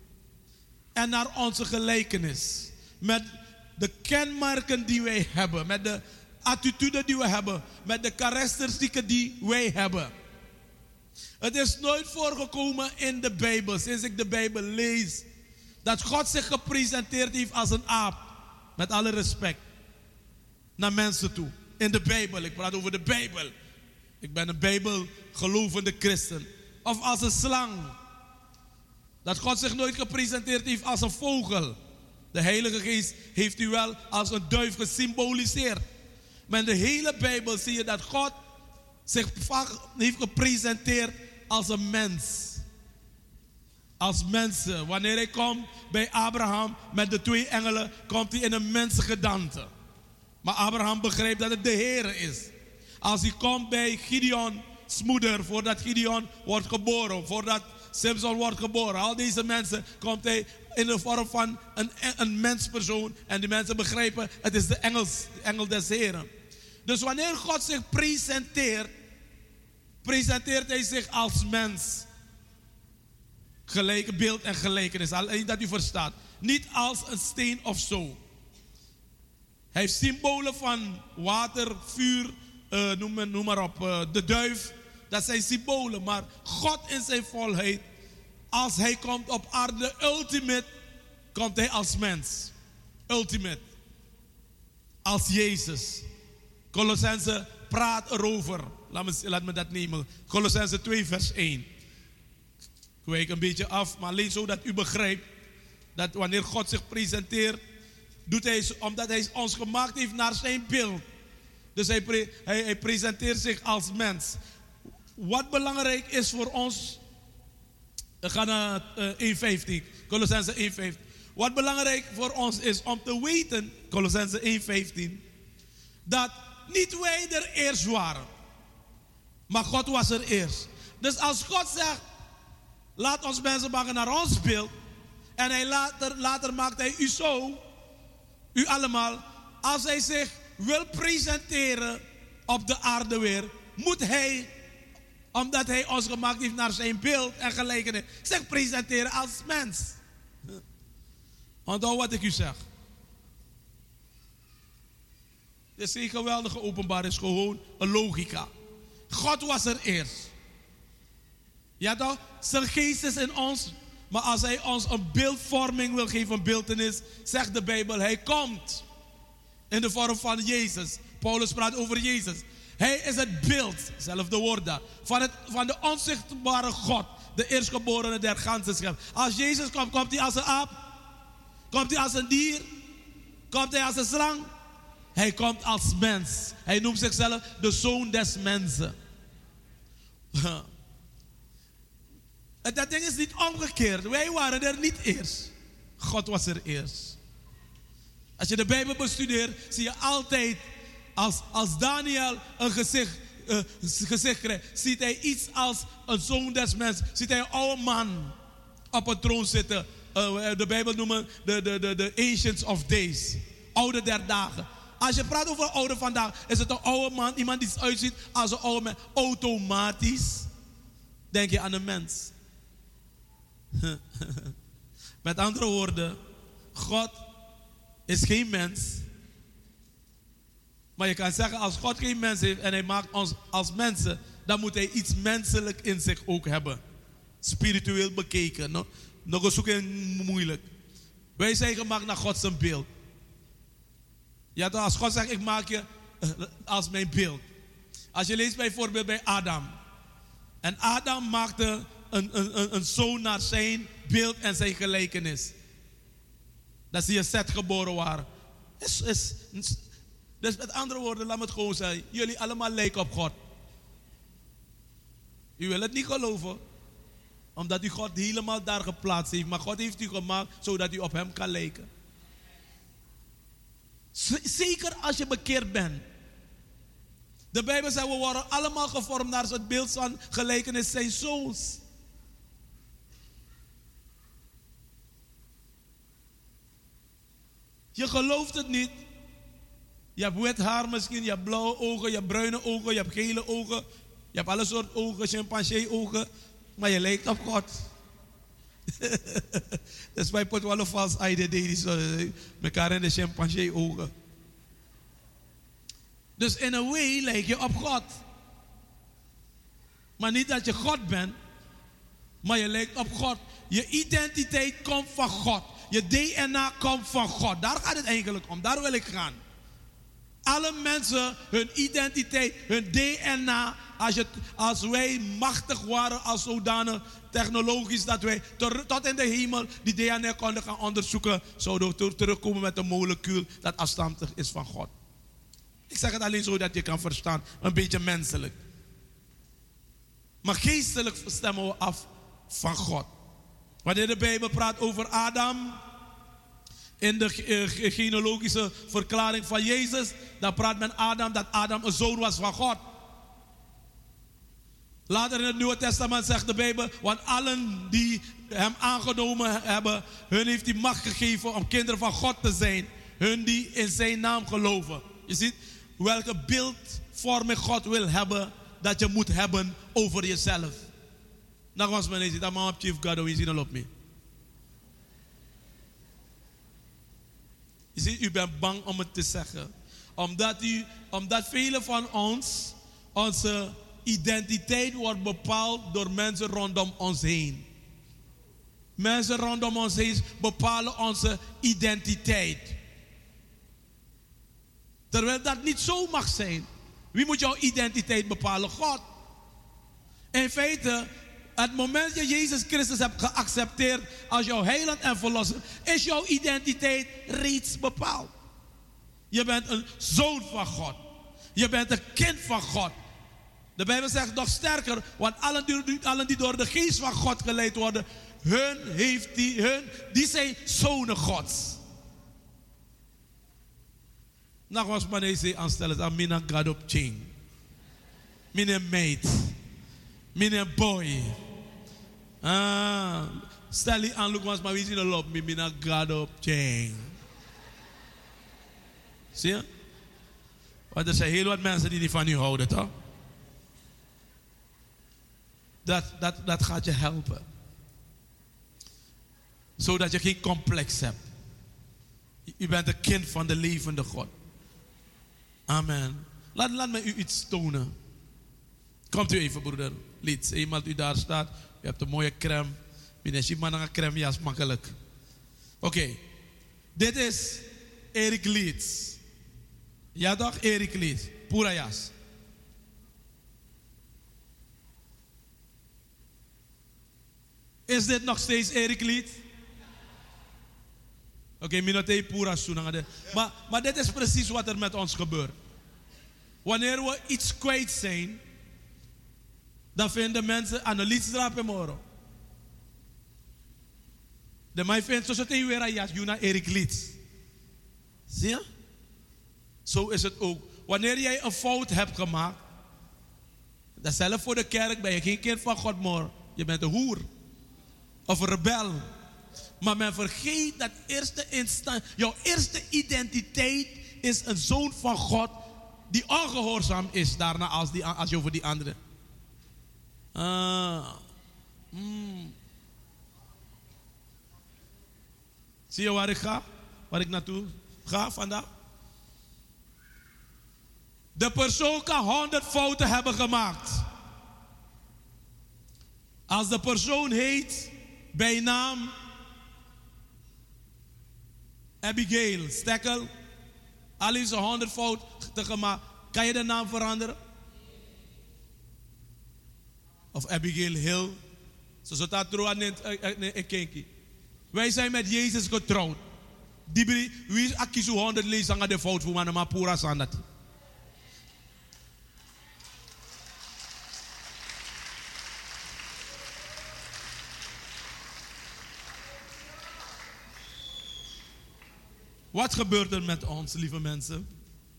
En naar onze gelijkenis. Met de kenmerken die wij hebben. Met de attitude die we hebben. Met de karakteristieken die wij hebben. Het is nooit voorgekomen in de Bijbel, sinds ik de Bijbel lees, dat God zich gepresenteerd heeft als een aap. Met alle respect. Naar mensen toe. In de Bijbel. Ik praat over de Bijbel. Ik ben een Bijbelgelovende christen. Of als een slang. Dat God zich nooit gepresenteerd heeft als een vogel. De Heilige Geest heeft u wel als een duif gesymboliseerd. Maar in de hele Bijbel zie je dat God zich heeft gepresenteerd als een mens. Als mensen. Wanneer hij komt bij Abraham met de 2 engelen, komt hij in een mensgedaante. Maar Abraham begreep dat het de Heer is. Als hij komt bij Gideon's moeder, voordat Gideon wordt geboren, voordat Samson wordt geboren, al deze mensen, komt hij in de vorm van een menspersoon. En die mensen begrijpen, het is de engel des Heren. Dus wanneer God zich presenteert, presenteert hij zich als mens. Gelijk beeld en gelijkenis, alleen dat u verstaat. Niet als een steen of zo. Hij heeft symbolen van water, vuur, noem maar op, de duif. Dat zijn symbolen, maar God in zijn volheid, als hij komt op aarde, ultimate, komt hij als mens. Ultimate. Als Jezus. Colossense praat erover. Laat me dat nemen. Colossense 2 vers 1. Ik wijk een beetje af, maar alleen zodat u begrijpt dat wanneer God zich presenteert, doet hij omdat hij ons gemaakt heeft naar zijn beeld. Dus hij presenteert zich als mens. Wat belangrijk is voor ons, we gaan naar 1:15, Colossense 1:15. Wat belangrijk voor ons is om te weten, Colossense 1:15, dat niet wij er eerst waren, maar God was er eerst. Dus als God zegt, laat ons mensen maken naar ons beeld, en hij later maakt hij u zo, u allemaal, als hij zich wil presenteren op de aarde weer, moet hij, omdat hij ons gemaakt heeft naar zijn beeld en gelijkenis, zich presenteren als mens. Onthoud wat ik u zeg. Dit is geen geweldige openbaring, is gewoon een logica. God was er eerst. Ja toch? Zijn geest is in ons. Maar als hij ons een beeldvorming wil geven, een beeltenis, zegt de Bijbel, hij komt in de vorm van Jezus. Paulus praat over Jezus. Hij is het beeld, zelfde woord daar, van de onzichtbare God, de eerstgeborene der ganse schep. Als Jezus komt, komt hij als een aap? Komt hij als een dier? Komt hij als een slang? Hij komt als mens. Hij noemt zichzelf de zoon des mensen. Dat ding is niet omgekeerd. Wij waren er niet eerst. God was er eerst. Als je de Bijbel bestudeert, zie je altijd, als Daniel een gezicht krijgt, ziet hij iets als een zoon des mens. Ziet hij een oude man op een troon zitten. De Bijbel noemt de Ancients of Days. Oude der dagen. Als je praat over oude vandaag, is het een oude man, iemand die uitziet als een oude man. Automatisch denk je aan een mens. Met andere woorden, God is geen mens. Maar je kan zeggen, als God geen mens heeft en hij maakt ons als mensen, dan moet hij iets menselijk in zich ook hebben. Spiritueel bekeken. Nog een zoeken moeilijk. Wij zijn gemaakt naar Gods beeld. Ja, als God zegt, ik maak je als mijn beeld. Als je leest bijvoorbeeld bij Adam. En Adam maakte een zoon naar zijn beeld en zijn gelijkenis. Dat zie je Seth geboren waren. Dus met andere woorden, laat me het gewoon zeggen. Jullie allemaal lijken op God. U wil het niet geloven. Omdat u God helemaal daar geplaatst heeft. Maar God heeft u gemaakt zodat u op hem kan lijken. Zeker als je bekeerd bent. De Bijbel zegt, we worden allemaal gevormd naar het beeld van gelijkenis zijn zoons. Je gelooft het niet. Je hebt wit haar misschien, je hebt blauwe ogen, je hebt bruine ogen, je hebt gele ogen. Je hebt alle soorten ogen, chimpansee ogen. Maar je lijkt op God. Dus wij put wel een false identity. Mekaar in de chimpansee ogen. Dus in een way lijk je op God. Maar niet dat je God bent. Maar je lijkt op God. Je identiteit komt van God. Je DNA komt van God. Daar gaat het eigenlijk om. Daar wil ik gaan. Alle mensen, hun identiteit, hun DNA. Als wij machtig waren als zodanig technologisch dat wij tot in de hemel die DNA konden gaan onderzoeken, zouden we terugkomen met een molecuul dat afstamtig is van God. Ik zeg het alleen zo dat je kan verstaan. Een beetje menselijk. Maar geestelijk stemmen we af van God. Wanneer de Bijbel praat over Adam, in de genealogische verklaring van Jezus, dan praat men Adam dat Adam een zoon was van God. Later in het Nieuwe Testament zegt de Bijbel, want allen die hem aangenomen hebben, hun heeft hij macht gegeven om kinderen van God te zijn. Hun die in zijn naam geloven. Je ziet welke beeldvorming God wil hebben, dat je moet hebben over jezelf. Nogmaals, meneer, zit allemaal op Chief God, hoe is het op me? Je ziet, u bent bang om het te zeggen. Omdat velen van ons, onze identiteit wordt bepaald door mensen rondom ons heen. Mensen rondom ons heen bepalen onze identiteit. Terwijl dat niet zo mag zijn. Wie moet jouw identiteit bepalen? God. In feite, het moment dat je Jezus Christus hebt geaccepteerd als jouw heiland en verlosser, is jouw identiteit reeds bepaald. Je bent een zoon van God. Je bent een kind van God. De Bijbel zegt nog sterker, want allen die door de geest van God geleid worden, die zijn zonen Gods. Nogmaals, maar deze aanstellen, Amina God op Ching. Meneer mate. Meneer boy. Stel je aan, nogmaals, maar wie zien er op? Meneer God op Ching. Zie je? Want er zijn heel wat mensen die niet van u houden, toch? Dat gaat je helpen. Zodat je geen complex hebt. U bent een kind van de levende God. Amen. Laat me u iets tonen. Komt u even, broeder. Lieds. Eenmaal u daar staat. U hebt een mooie crème. Meneer maar een crème jas makkelijk. Oké. Dit is Erik Lieds. Ja toch? Erik Lieds. Pura jas. Is dit nog steeds Erik Lied? Oké, minotei pura sunangade. Maar dit is precies wat er met ons gebeurt. Wanneer we iets kwijt zijn, dan vinden mensen aan de liedstrap en moro. De mij vindt zo dat weer een jas, Juna Erik Lied. Zie je? Zo is het ook. Wanneer jij een fout hebt gemaakt, dan zelf voor de kerk ben je geen kind van God meer. Je bent een hoer. Of een rebel. Maar men vergeet dat jouw eerste identiteit is een zoon van God die ongehoorzaam is daarna als je over die andere. Zie je waar ik ga? Waar ik naartoe ga vandaag? De persoon kan 100 fouten hebben gemaakt. Als de persoon heet bij naam Abigail Stekkel, al is 100 fouten gemaakt, kan je de naam veranderen? Of Abigail Hill. Zo staat in Kenki. Wij zijn met Jezus getrouwd. Wie is Akisu 100 lezen aan de fout voor mijn Mapura Sandat? Wat gebeurt er met ons, lieve mensen?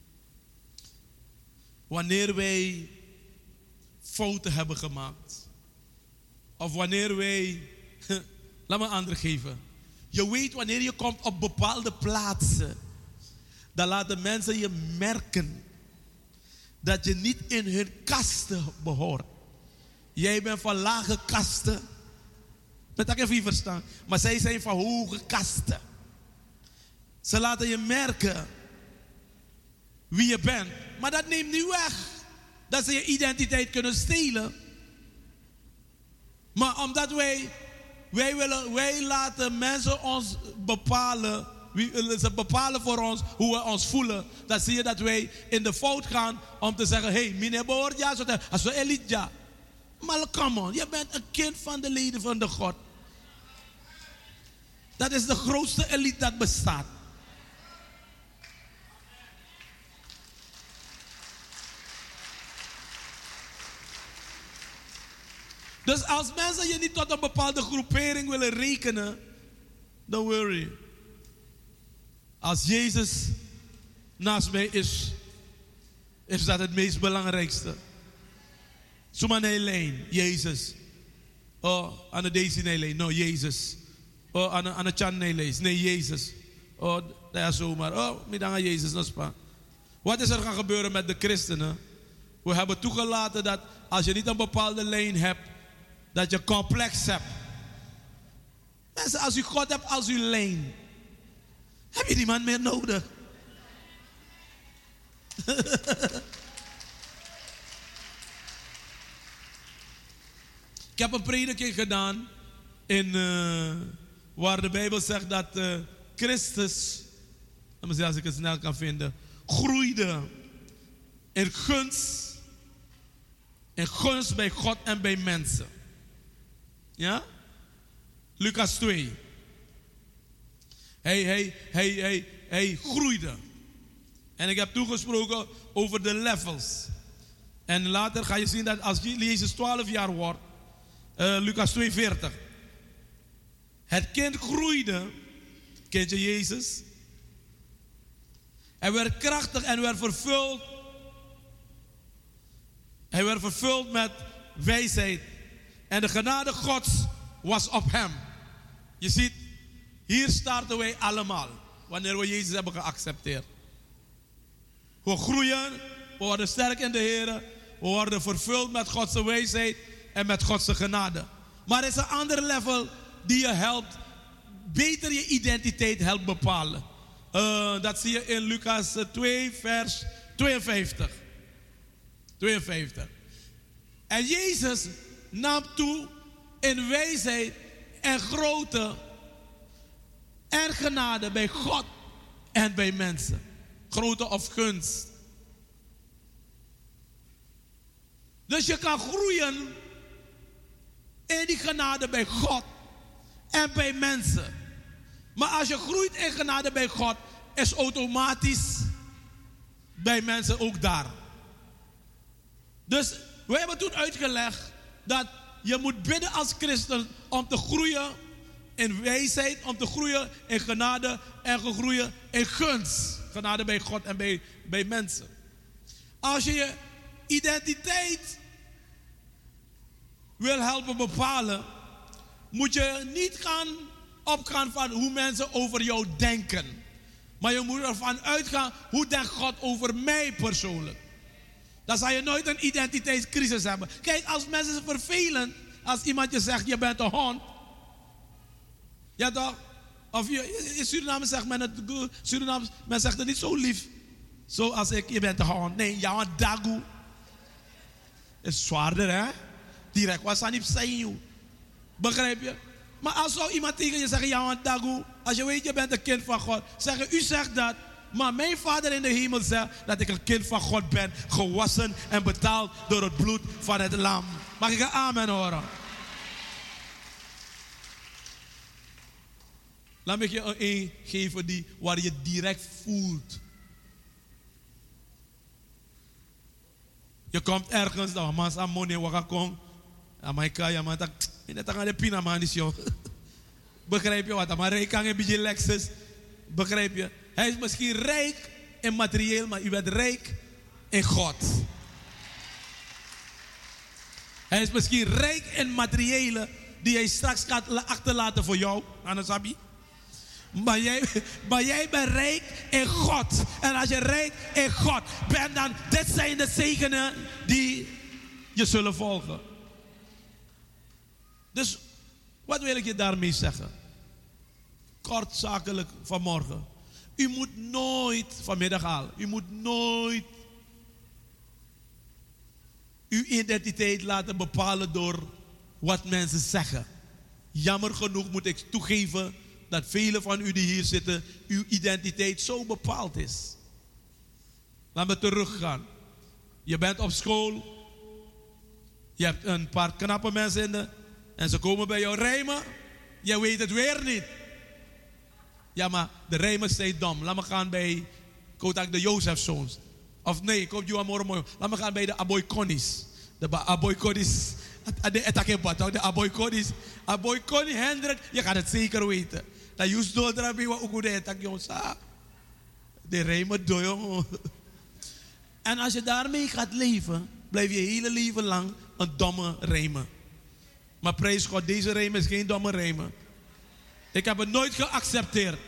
Wanneer wij fouten hebben gemaakt. Of wanneer wij... Laat me een andere geven. Je weet wanneer je komt op bepaalde plaatsen. Dan laten mensen je merken. Dat je niet in hun kasten behoort. Jij bent van lage kasten. Dat ik even verstaan. Maar zij zijn van hoge kasten. Ze laten je merken wie je bent. Maar dat neemt niet weg dat ze je identiteit kunnen stelen. Maar omdat wij laten mensen ons bepalen. Ze bepalen voor ons hoe we ons voelen. Dan zie je dat wij in de fout gaan om te zeggen: hey, meneer behoort ja, als we Elijah. Maar come on, je bent een kind van de leden van de God. Dat is de grootste elite dat bestaat. Dus als mensen je niet tot een bepaalde groepering willen rekenen, don't worry. Als Jezus naast mij is dat het meest belangrijkste. Zomaar Helene, Jezus. Oh, aan de Daisy Helene, no, Jezus. Oh, aan de Chan Helene, nee, Jezus. Oh, dat is zomaar. Oh, middag Jezus, dat is pa. Wat is er gaan gebeuren met de christenen? We hebben toegelaten dat als je niet een bepaalde lijn hebt, dat je complex hebt. Mensen, als u God hebt als uw lijn, heb je niemand meer nodig. Ik heb een prediking gedaan waar de Bijbel zegt dat Christus, laat me zien als ik het snel kan vinden, groeide in gunst bij God en bij mensen. Ja? Lucas 2. Hij groeide. En ik heb toegesproken over de levels. En later ga je zien dat als Jezus 12 jaar wordt, Lucas 2:40. Het kind groeide, kindje Jezus. Hij werd krachtig en werd vervuld. Hij werd vervuld met wijsheid. En de genade Gods was op hem. Je ziet, hier starten wij allemaal. Wanneer we Jezus hebben geaccepteerd. We groeien, we worden sterk in de Heer. We worden vervuld met Gods wijsheid en met Gods genade. Maar er is een ander level die je helpt, beter je identiteit helpt bepalen. Dat zie je in Lucas 2 vers 52. 52. En Jezus nam toe in wijsheid en grootte en genade bij God en bij mensen. Grootte of gunst. Dus je kan groeien in die genade bij God en bij mensen. Maar als je groeit in genade bij God, is automatisch bij mensen ook daar. Dus we hebben toen uitgelegd dat je moet bidden als christen om te groeien in wijsheid, om te groeien in genade en te groeien in gunst. Genade bij God en bij mensen. Als je je identiteit wil helpen bepalen, moet je niet opgaan van hoe mensen over jou denken. Maar je moet ervan uitgaan, hoe denkt God over mij persoonlijk. Dan zal je nooit een identiteitscrisis hebben. Kijk, als mensen het vervelend, als iemand je zegt, je bent een hond. Ja toch? Of in Suriname zegt men het, men zegt het niet zo lief. Zoals je bent een hond. Nee, jouw dagu. Is zwaarder, hè? Direct, wat zijn niet zijn. Begrijp je? Maar als zou iemand tegen je zeggen, jouw dagu, als je weet je bent een kind van God, zeggen, u zegt dat, maar mijn Vader in de hemel zegt dat ik een kind van God ben, gewassen en betaald door het bloed van het lam. Mag ik een amen horen? Laat me je een geven waar je direct voelt. Je komt ergens, dan man sa money wakakong, amaika ja man tak, net aan de pina man is joh. Begrijp je wat? Maar ik kan een beetje Lexus. Begrijp je? Hij is misschien rijk in materieel, maar u bent rijk in God. Hij is misschien rijk in materiële die hij straks gaat achterlaten voor jou, Anasabi. Maar jij bent rijk in God. En als je rijk in God bent, dan dit zijn de zegenen die je zullen volgen. Dus wat wil ik je daarmee zeggen? Kort zakelijk vanmorgen. U moet nooit, vanmiddag al, u moet nooit uw identiteit laten bepalen door wat mensen zeggen. Jammer genoeg moet ik toegeven dat velen van u die hier zitten, uw identiteit zo bepaald is. Laat me teruggaan. Je bent op school. Je hebt een paar knappe mensen in de. En ze komen bij jou rijmen. Je weet het weer niet. Ja, maar de rijmers zijn dom. Laat me gaan bij Kotak de Jozefzoons. Of nee, kom je morgen. Laat me gaan bij de Aboy Connies. De Aboy Connies. De Aboy Connies. Aboy Connie Hendrik. Je gaat het zeker weten. Dat je zo draai wat ook de etak jongens. De rijmen door jongen. En als je daarmee gaat leven, blijf je hele leven lang een domme rijmen. Maar prijs God, deze rijm is geen domme rijmen. Ik heb het nooit geaccepteerd.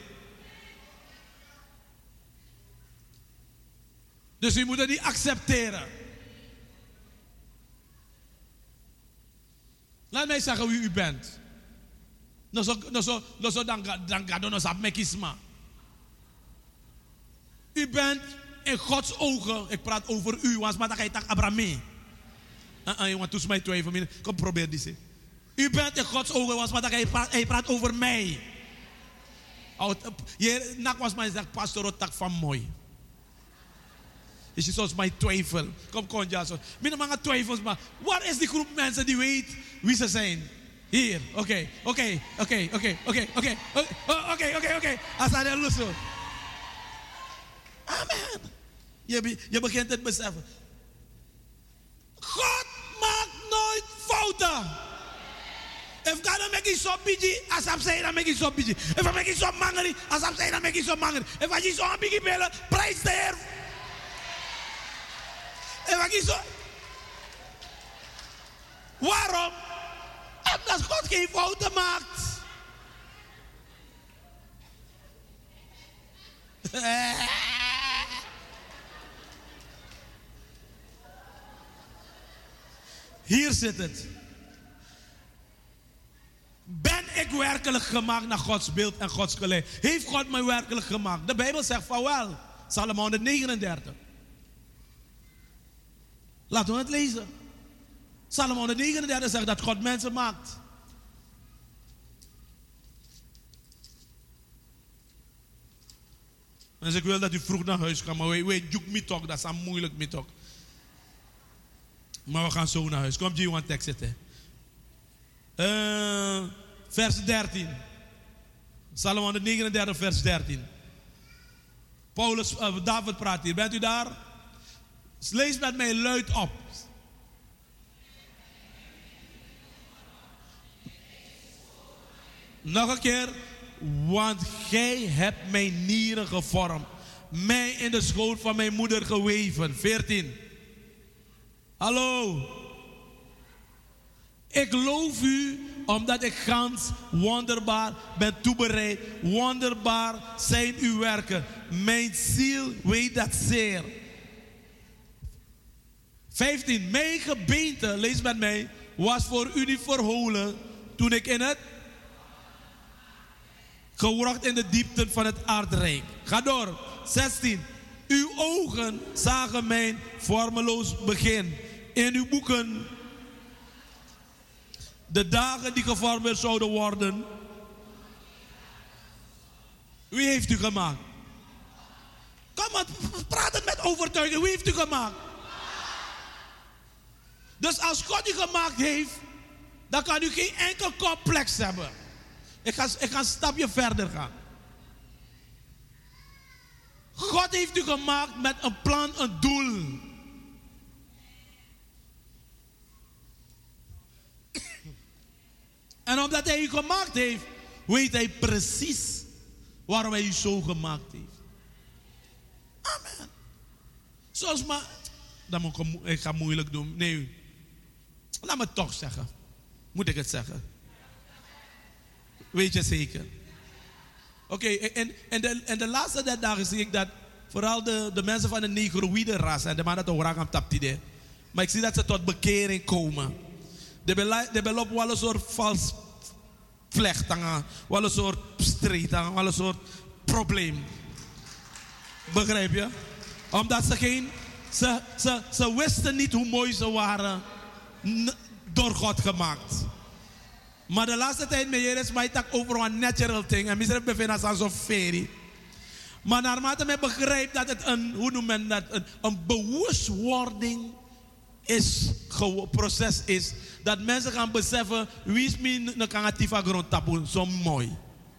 Dus u moet het niet accepteren. Laat mij zeggen wie u bent. Dan u bent in Gods ogen, ik praat over u, want maar dan ga je tak Abraham. Je want toen mij twijfelen. Kom probeer dit. U bent in Gods ogen, want maar dan ga je praat over mij. Je nak was mij zegt pastor het tak van mooi. Is je zoals mij twijfel. Kom ja zo. Minder maar twijfels maar. Wat is die groep mensen die weet wie ze zijn? Hier, oké. Als hij er lust. Amen. Je begint het beseffen. God maakt nooit fouten. If God make it so busy, as I'm saying, I make it so busy. If I make it so mangry, as I'm saying, I make it so mangry. If I get so biggie bellen, praise the Heer. If I get so... Waarom? Omdat God geen fouten maakt. Hier zit het. Ben ik werkelijk gemaakt naar Gods beeld en Gods gelijk? Heeft God mij werkelijk gemaakt? De Bijbel zegt van wel. Psalm 139. Laten we het lezen. Psalm 139 zegt dat God mensen maakt. Dus ik wil dat u vroeg naar huis gaat, maar weet juk me toch, dat is een moeilijk me toch. Maar we gaan zo naar huis. Kom, je want tekst zitten. Vers 13. Psalm 139, vers 13. Paulus, David praat hier. Bent u daar? Lees met mij luid op. Nog een keer. Want gij hebt mijn nieren gevormd. Mij in de schoot van mijn moeder geweven. 14. Hallo. Ik loof u omdat ik gans wonderbaar ben toebereid. Wonderbaar zijn uw werken. Mijn ziel weet dat zeer. 15. Mijn gebeente, lees met mij, was voor u niet verholen toen ik in het geworgd in de diepten van het aardrijk. Ga door. 16. Uw ogen zagen mijn vormeloos begin. In uw boeken de dagen die gevormd zouden worden. Wie heeft u gemaakt? Kom maar, praat het met overtuiging. Wie heeft u gemaakt? Dus als God u gemaakt heeft, dan kan u geen enkel complex hebben. Ik ga een stapje verder gaan. God heeft u gemaakt met een plan, een doel. En omdat hij u gemaakt heeft, weet hij precies waarom hij u zo gemaakt heeft. Zoals maar, ik ga moeilijk doen. Nee, laat me toch zeggen. Moet ik het zeggen? Weet je zeker? Oké, en de laatste dagen zie ik dat vooral de mensen van de negroïde ras en de mannen dat horen aan taptide. Maar ik zie dat ze tot bekering komen. De belop wel een soort vals vlecht, wel een soort strijd, wel een soort probleem. Begrijp je? Omdat ze wisten niet hoe mooi ze waren door God gemaakt. Maar de laatste tijd met is mij tak over een natural thing. En misschien bevinden ze zo'n ferie. Maar naarmate men begrijpt dat het een, hoe noemt men dat, een bewustwording proces is. Dat mensen gaan beseffen, wie is mijn kangatifa grond tapu, zo mooi.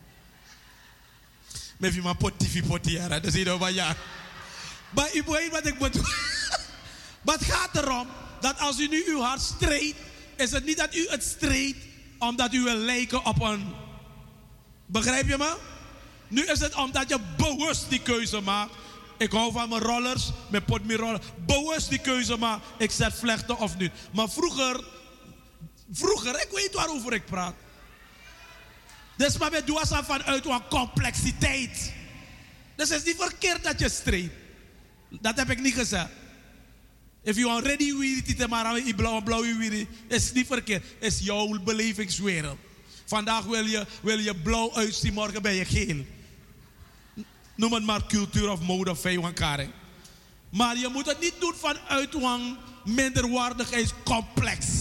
Met wie mijn potifi ja, dat is hier over ja. Maar u weet wat ik bedoel. Maar het gaat erom dat als u nu uw hart strijdt, is het niet dat u het strijdt omdat u wil lijken op een. Begrijp je me? Nu is het omdat je bewust die keuze maakt. Ik hou van mijn rollers, mijn pot mijn rollers. Bewust die keuze maakt. Ik zet vlechten of niet. Maar vroeger, ik weet waarover ik praat. Dus maar we doen het vanuit een complexiteit. Dus het is niet verkeerd dat je strijdt. Dat heb ik niet gezegd. If you are ready with it, maar je blauw is niet verkeerd. Is jouw belevingswereld. Vandaag wil je blauw uitzien, morgen ben je geel. Noem het maar cultuur of mode of vijfwankaring. Maar je moet het niet doen vanuit een minderwaardigheidscomplex.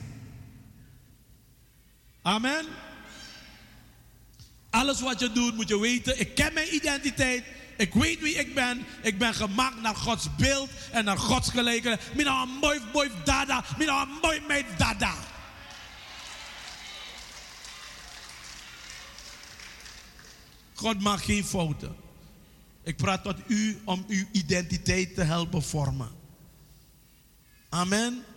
Amen. Alles wat je doet moet je weten. Ik ken mijn identiteit. Ik weet wie ik ben. Ik ben gemaakt naar Gods beeld en naar Gods gelijkenis. Mina een mooi dada. Mina een mooi meid dada. God maakt geen fouten. Ik praat tot u om uw identiteit te helpen vormen. Amen.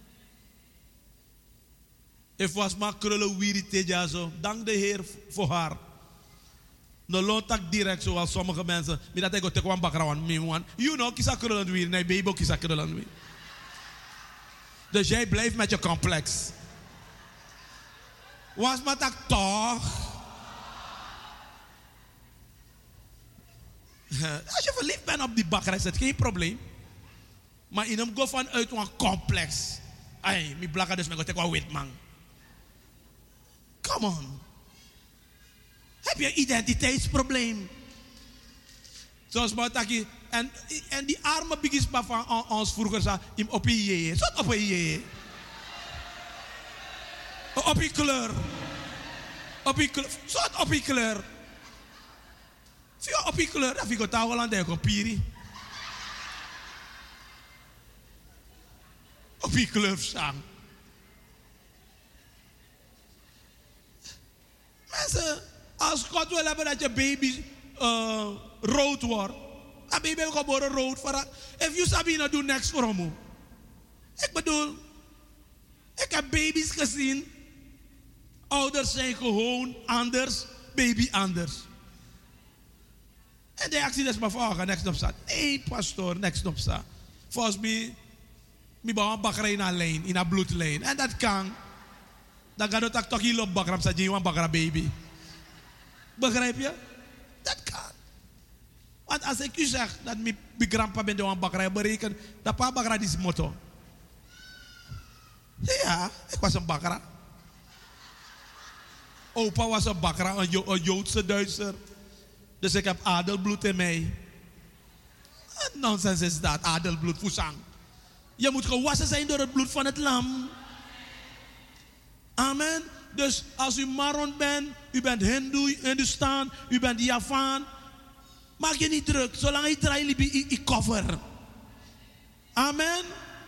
Ik was maar krullen wiri zo. Dank de Heer voor haar. No loont tak direct zoals sommige mensen. Maar dat ik ook te bakrawan me. You know, kisa krullen wiri. Nee, baby, kisa krullen wiri. Dus jij blijft met je complex. Was maar tak toch. Als je verliefd bent op die bakker, is het geen probleem. Maar in hem go vanuit een complex. Ay, mi blakka dus me go take een wit man. Come on. Heb je een identiteitsprobleem? Zoals Mataki. En die arme bigispa van ons vroeger zei, im op je. Zot op je. Op je kleur. Op je kleur. Zot op je kleur. Via op je kleur, dat ik touw aan de kopie. Op je kleur zang. Mensen, als God wil hebben dat je baby rood wordt, dan baby wil geboren rood. If you Sabina do next voor hem. Ik bedoel, ik heb baby's gezien. Ouders zijn gewoon anders, baby anders. En de actie is maar voor next op staat. Nee, pastor, next op staat. Volgens mij, ik ben een bakker in een lijn, in een bloedlijn. En dat kan. Dan gaat het toch hier op bakker, zodat je een bakker baby. Begrijp je? Dat kan. Want als ik u zeg dat mijn grandpa ben door een bakker bereken, dat pa bakker is motto. Ja, ik was een bakker. Opa was een bakker, een Joodse Duitser. Dus ik heb adelbloed in mij. Nonsens is dat, adelbloed, voezang. Je moet gewassen zijn door het bloed van het lam. Amen. Dus als u Maron bent, u bent Hindustan, u bent Javaan. Maak je niet druk, zolang je draait je cover. Amen.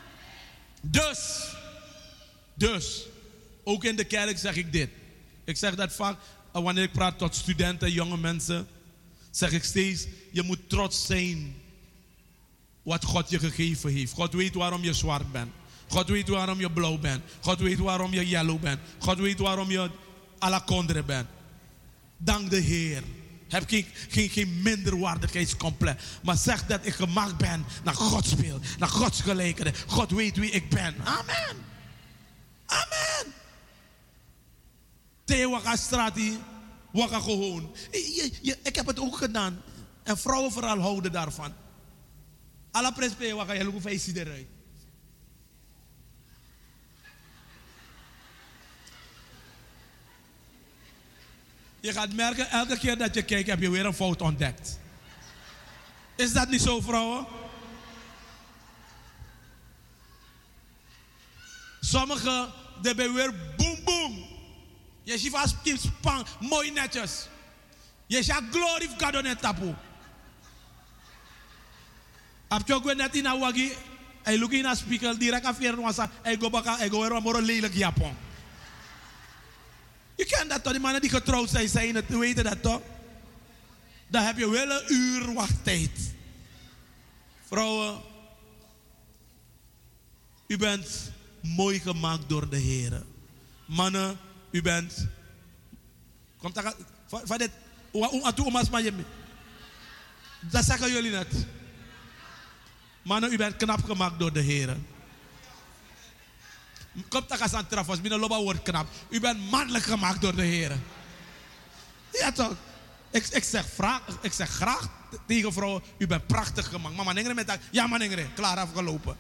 Dus, ook in de kerk zeg ik dit. Ik zeg dat vaak, wanneer ik praat tot studenten, jonge mensen, zeg ik steeds, je moet trots zijn wat God je gegeven heeft. God weet waarom je zwart bent. God weet waarom je blauw bent. God weet waarom je yellow bent. God weet waarom je à la condre bent. Dank de Heer. Heb geen minderwaardigheidscomplex. Maar zeg dat ik gemaakt ben naar Gods beeld. Naar Gods gelijkenis. God weet wie ik ben. Amen. Amen. Te waka strati. Waka gewoon. Ik heb het ook gedaan. En vrouwen vooral houden daarvan. Alla prespe waka je lukt feest eruit. Je gaat merken, elke keer dat je kijkt, heb je weer een fout ontdekt. Is dat niet zo, vrouwen? Sommigen, die hebben weer boom boom. Je ziet vast spang, mooi netjes. Je ziet glorie of God net tapu. Heb je ook weer net in een waggie, hij look in een spiegel, direct afveren wasa, hij go baka, hij go weer een moro lelijk Japon. Je kent dat toch, die mannen die getrouwd zijn het, weten dat toch? Dan heb je wel een uur wachttijd. Vrouwen, u bent mooi gemaakt door de Heer. Mannen, u bent... Komt daar... Van dit... Dat zeggen jullie net. Mannen, u bent knap gemaakt door de Heer. Komt daar aan trafos, binnen loba wordt knap. U bent mannelijk gemaakt door de Heer. Ja toch? Ik zeg graag tegen vrouwen, u bent prachtig gemaakt. Mama nengere met dat, ja man nengere, klaar afgelopen.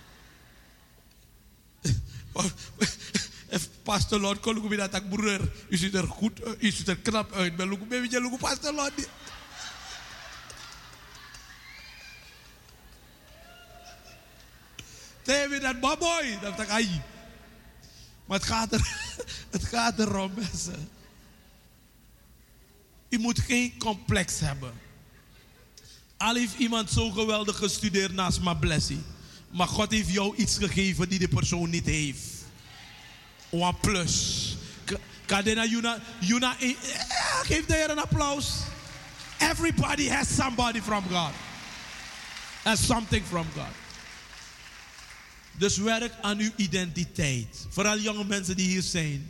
Pastor Lord, kon ik dat ik broer, u ziet er goed, u ziet er knap uit. Ben look, weet je, look Pastor Lord. Tegen dat baboy, dat ik ai. Maar het gaat erom, mensen. U moet geen complex hebben. Al heeft iemand zo geweldig gestudeerd naast mijn blessie. Maar God heeft jou iets gegeven die de persoon niet heeft. One plus. Geef de Heer een applaus. Everybody has somebody from God. Has something from God. Dus werk aan uw identiteit. Vooral jonge mensen die hier zijn.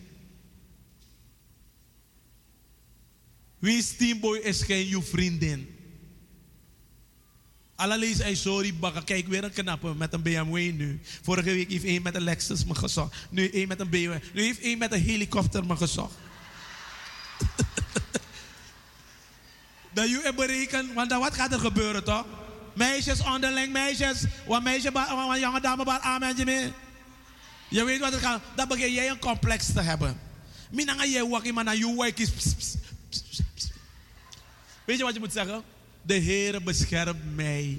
Wie is Teamboy is geen uw vriendin. Allerlees hij sorry bakken. Kijk weer een knappe met een BMW nu. Vorige week heeft één met een Lexus me gezocht. Nu één met een BMW. Nu heeft één met een helikopter me gezocht. Dat je berekent, want dan wat gaat er gebeuren toch? Meisjes onderling, meisjes. Wat meisje, wat jonge dame, wat amen je mee. Je weet wat er gaat. Dan begin jij een complex te hebben. Minanga je wakkie maar naar je wijk is. Weet je wat je moet zeggen? De Heer beschermt mij.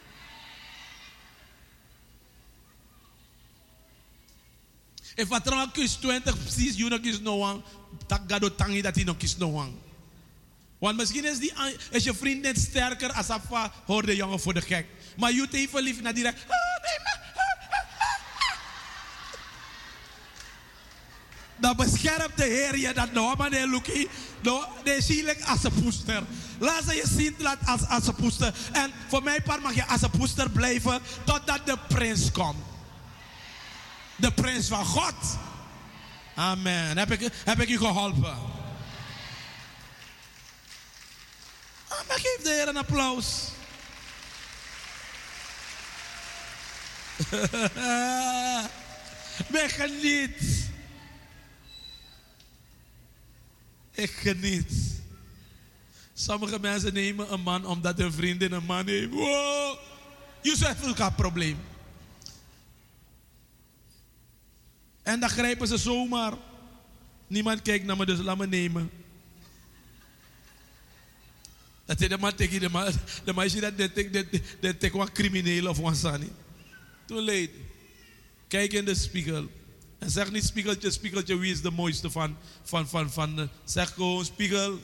If wat er kies 20 precies, je nog kies no one. Dat gaat door tangi dat hij nog kies no one. Want misschien is je vriend net sterker als Afa, hoor de jongen voor de gek. Maar je even lief naar direct. Dan beschermt de Heer je dat nou, maar de Luki, de zielig als een poester. Laat ze je zien als een poester. En voor mijn part mag je als een poester blijven totdat de prins komt. De prins van God. Amen. Heb ik u geholpen? Maar geef de Heer een applaus. Ik geniet. Ik geniet. Sommige mensen nemen een man omdat hun vriendin een man heeft. Wow. Je zegt elkaar probleem. En dan grijpen ze zomaar. Niemand kijkt naar me, dus laat me nemen. Dat is de man tegen de meisje dat tek wat crimineel of wat sani. Too late. Kijk in de spiegel. En zeg niet spiegeltje, wie is de mooiste van. Zeg gewoon spiegel.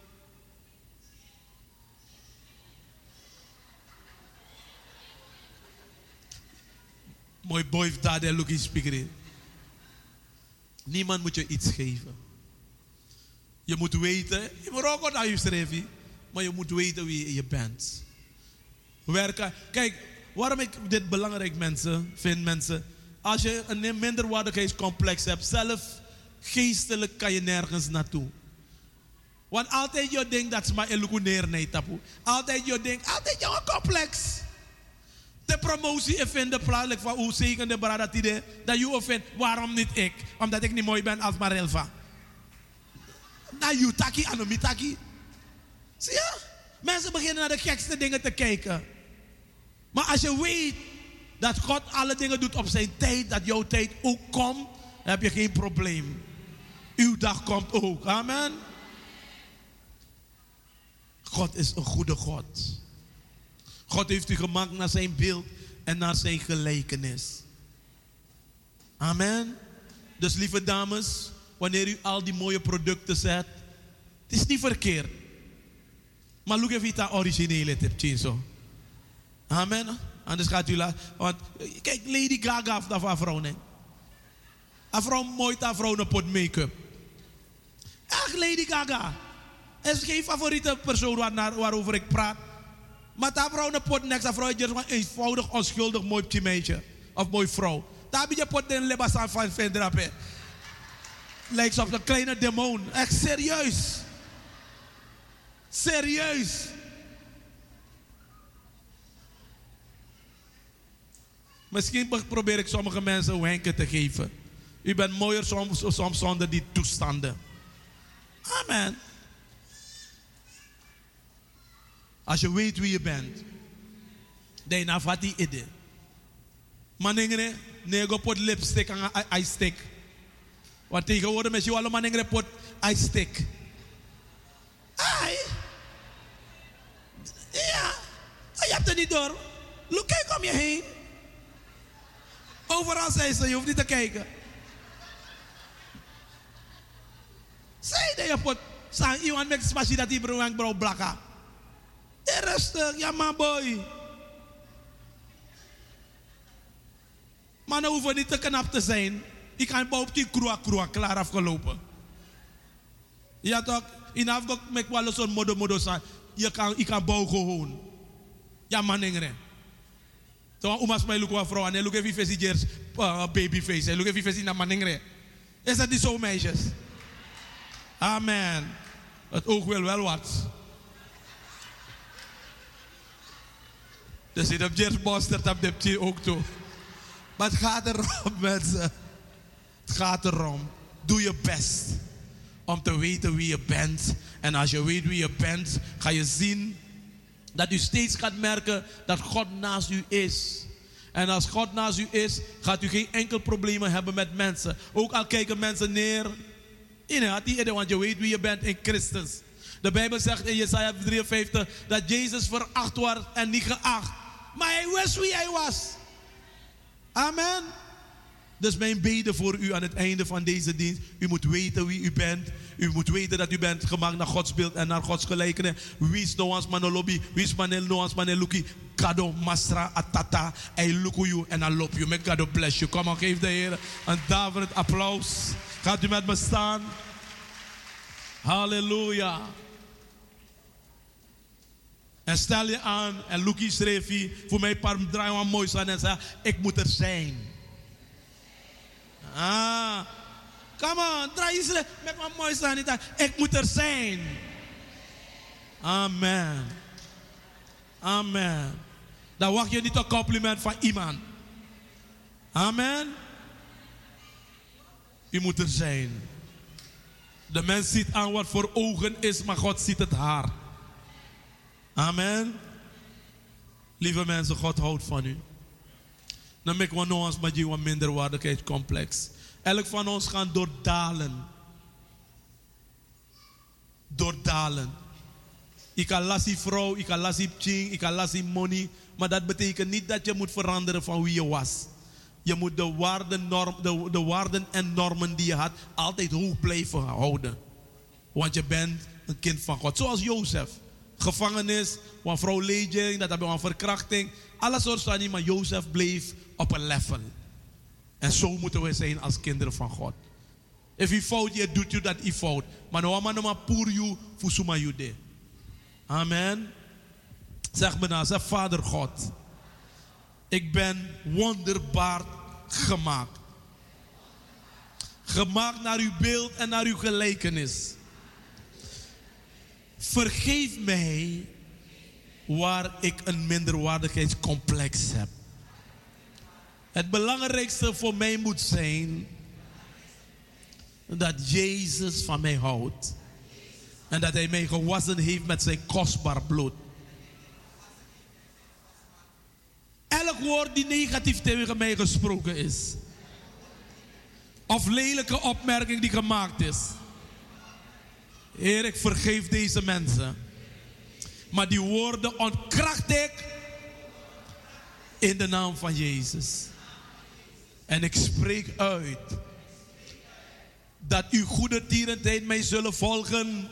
Mooi boy daar de look in spiegel. Niemand moet je iets geven. Je moet weten, je moet ook wat aan je schrijven. Maar je moet weten wie je bent. Werken. Kijk, waarom ik dit belangrijk vind mensen. Als je een minderwaardigheidscomplex hebt, zelf geestelijk kan je nergens naartoe. Want altijd je denkt dat ze maar een neer tapu. Altijd je denkt, altijd je een complex. De promotie vindt plaats van hoe zeker de brada tide dat je vindt, waarom niet ik? Omdat ik niet mooi ben als Marelva. Nou, you taki, anomi taki. Zie je? Mensen beginnen naar de gekste dingen te kijken. Maar als je weet dat God alle dingen doet op zijn tijd, dat jouw tijd ook komt, dan heb je geen probleem. Uw dag komt ook. Amen. God is een goede God. God heeft u gemaakt naar zijn beeld en naar zijn gelijkenis. Amen. Dus lieve dames, wanneer u al die mooie producten zet, het is niet verkeerd. Maar look even naar originele tip, zo. Amen. Anders gaat u laten. Want kijk, Lady Gaga heeft dat van vrouw. Een vrouw mooi, dat vrouw een pot make-up. Ach, Lady Gaga. Er is geen favoriete persoon waarover ik praat. Maar dat vrouw een pot niks. Dat vrouw is een eenvoudig, onschuldig, mooi meisje. Of mooi vrouw. Daar heb je pot in lebasan van verder. Lijkt op een kleine demon. Echt serieus. Serieus. Misschien probeer ik sommige mensen wenken te geven. U bent mooier soms zonder die toestanden. Amen. Als je weet wie je bent. Dan je wat die idee. Maningere, nego pot lipstick en eye stick. Want tegenwoordig met je alle maningere pot eye stick. Ai. Ja. Je hebt het niet door. Look, kijk om je heen. Overal zijn ze, je hoeft niet te kijken. Zij dat je pot. Sang iemand met smashi dat die brouw blakka. Rustig, ja man boy. Maar dan hoeven niet te knap te zijn. Ik kan op die kroa klaar afgelopen. Ja toch? In afgok met wel zo'n modo zijn. Ik kan bouwen gewoon. Ja man ingre. Toen oma's mij look wat vrouw en hij look even face babyface. Hij look even face naar man ingre. Is dat niet zo meisjes? Amen. Het oog wil wel wat. Dus in de Jers Monster op de ook toe. Maar het gaat erom, mensen. Het gaat erom. Doe je best. Om te weten wie je bent. En als je weet wie je bent, ga je zien dat u steeds gaat merken dat God naast u is. En als God naast u is, gaat u geen enkel probleem hebben met mensen. Ook al kijken mensen neer. Want je weet wie je bent in Christus. De Bijbel zegt in Jesaja 53 dat Jezus veracht wordt en niet geacht. Maar hij wist wie hij was. Amen. Dus mijn bede voor u aan het einde van deze dienst. U moet weten wie u bent. U moet weten dat u bent gemaakt naar Gods beeld en naar Gods gelijkenis. Wie is Noans Manolobi? Wie is Manel Noans Maneluki? Kado Masra Atata. I look you and I love you. May God bless you. Kom on, geef de Heer een daverend applaus. Gaat u met me staan? Halleluja. En stel je aan, en Lucie schreef hier, voor mij een paar draaien mooi zijn en zei, ik moet er zijn. Come on, draai je met wat mooi zijn. Ik moet er zijn. Amen. Amen. Dan wacht je niet een compliment van iemand. Amen. U moet er zijn. De mens ziet aan wat voor ogen is, maar God ziet het hart. Amen. Lieve mensen, God houdt van u. Dan maken we nog eens met je een minderwaardigheidscomplex. Elk van ons gaat doordalen. Doordalen. Ik kan lassie vrouw, ik kan lassie ching, ik kan lassie money. Maar dat betekent niet dat je moet veranderen van wie je was. Je moet de waarden en normen die je had altijd hoog blijven houden. Want je bent een kind van God. Zoals Jozef. Gevangenis, een vrouw leiding, dat hebben we een verkrachting. Alle soorten van niet, maar Jozef bleef op een level. En zo moeten we zijn als kinderen van God. If je fout, je doet je dat je fout. Maar no man poer you, fusuma you de. Amen. Zeg me nou, zeg Vader God. Ik ben wonderbaar gemaakt. Gemaakt naar uw beeld en naar uw gelijkenis. vergeef mij waar ik een minderwaardigheidscomplex heb. Het belangrijkste voor mij moet zijn dat Jezus van mij houdt. En dat hij mij gewassen heeft met zijn kostbaar bloed. Elk woord die negatief tegen mij gesproken is. Of lelijke opmerking die gemaakt is. Heer, ik vergeef deze mensen. Maar die woorden ontkracht ik in de naam van Jezus. En ik spreek uit dat uw goede tierenheid mij zullen volgen.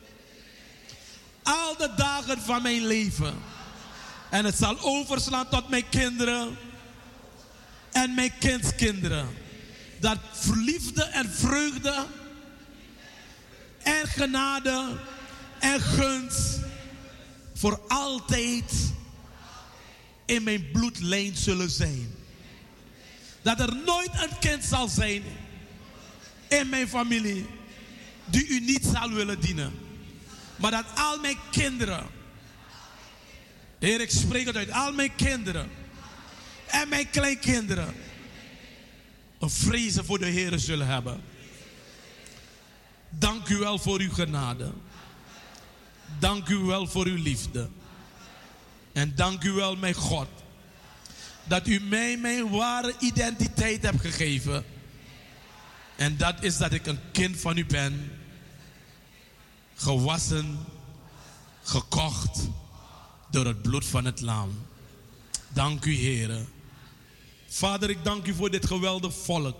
Al de dagen van mijn leven. En het zal overslaan tot mijn kinderen en mijn kindskinderen. Dat liefde en vreugde en genade en gunst voor altijd in mijn bloedlijn zullen zijn. Dat er nooit een kind zal zijn in mijn familie die u niet zal willen dienen. Maar dat al mijn kinderen, Heer, ik spreek het uit, al mijn kinderen en mijn kleinkinderen een vrezen voor de Heer zullen hebben. Dank u wel voor uw genade. Dank u wel voor uw liefde. En dank u wel, mijn God, dat u mij mijn ware identiteit hebt gegeven. En dat is dat ik een kind van u ben. Gewassen, gekocht door het bloed van het lam. Dank u, Heer. Vader, ik dank u voor dit geweldig volk.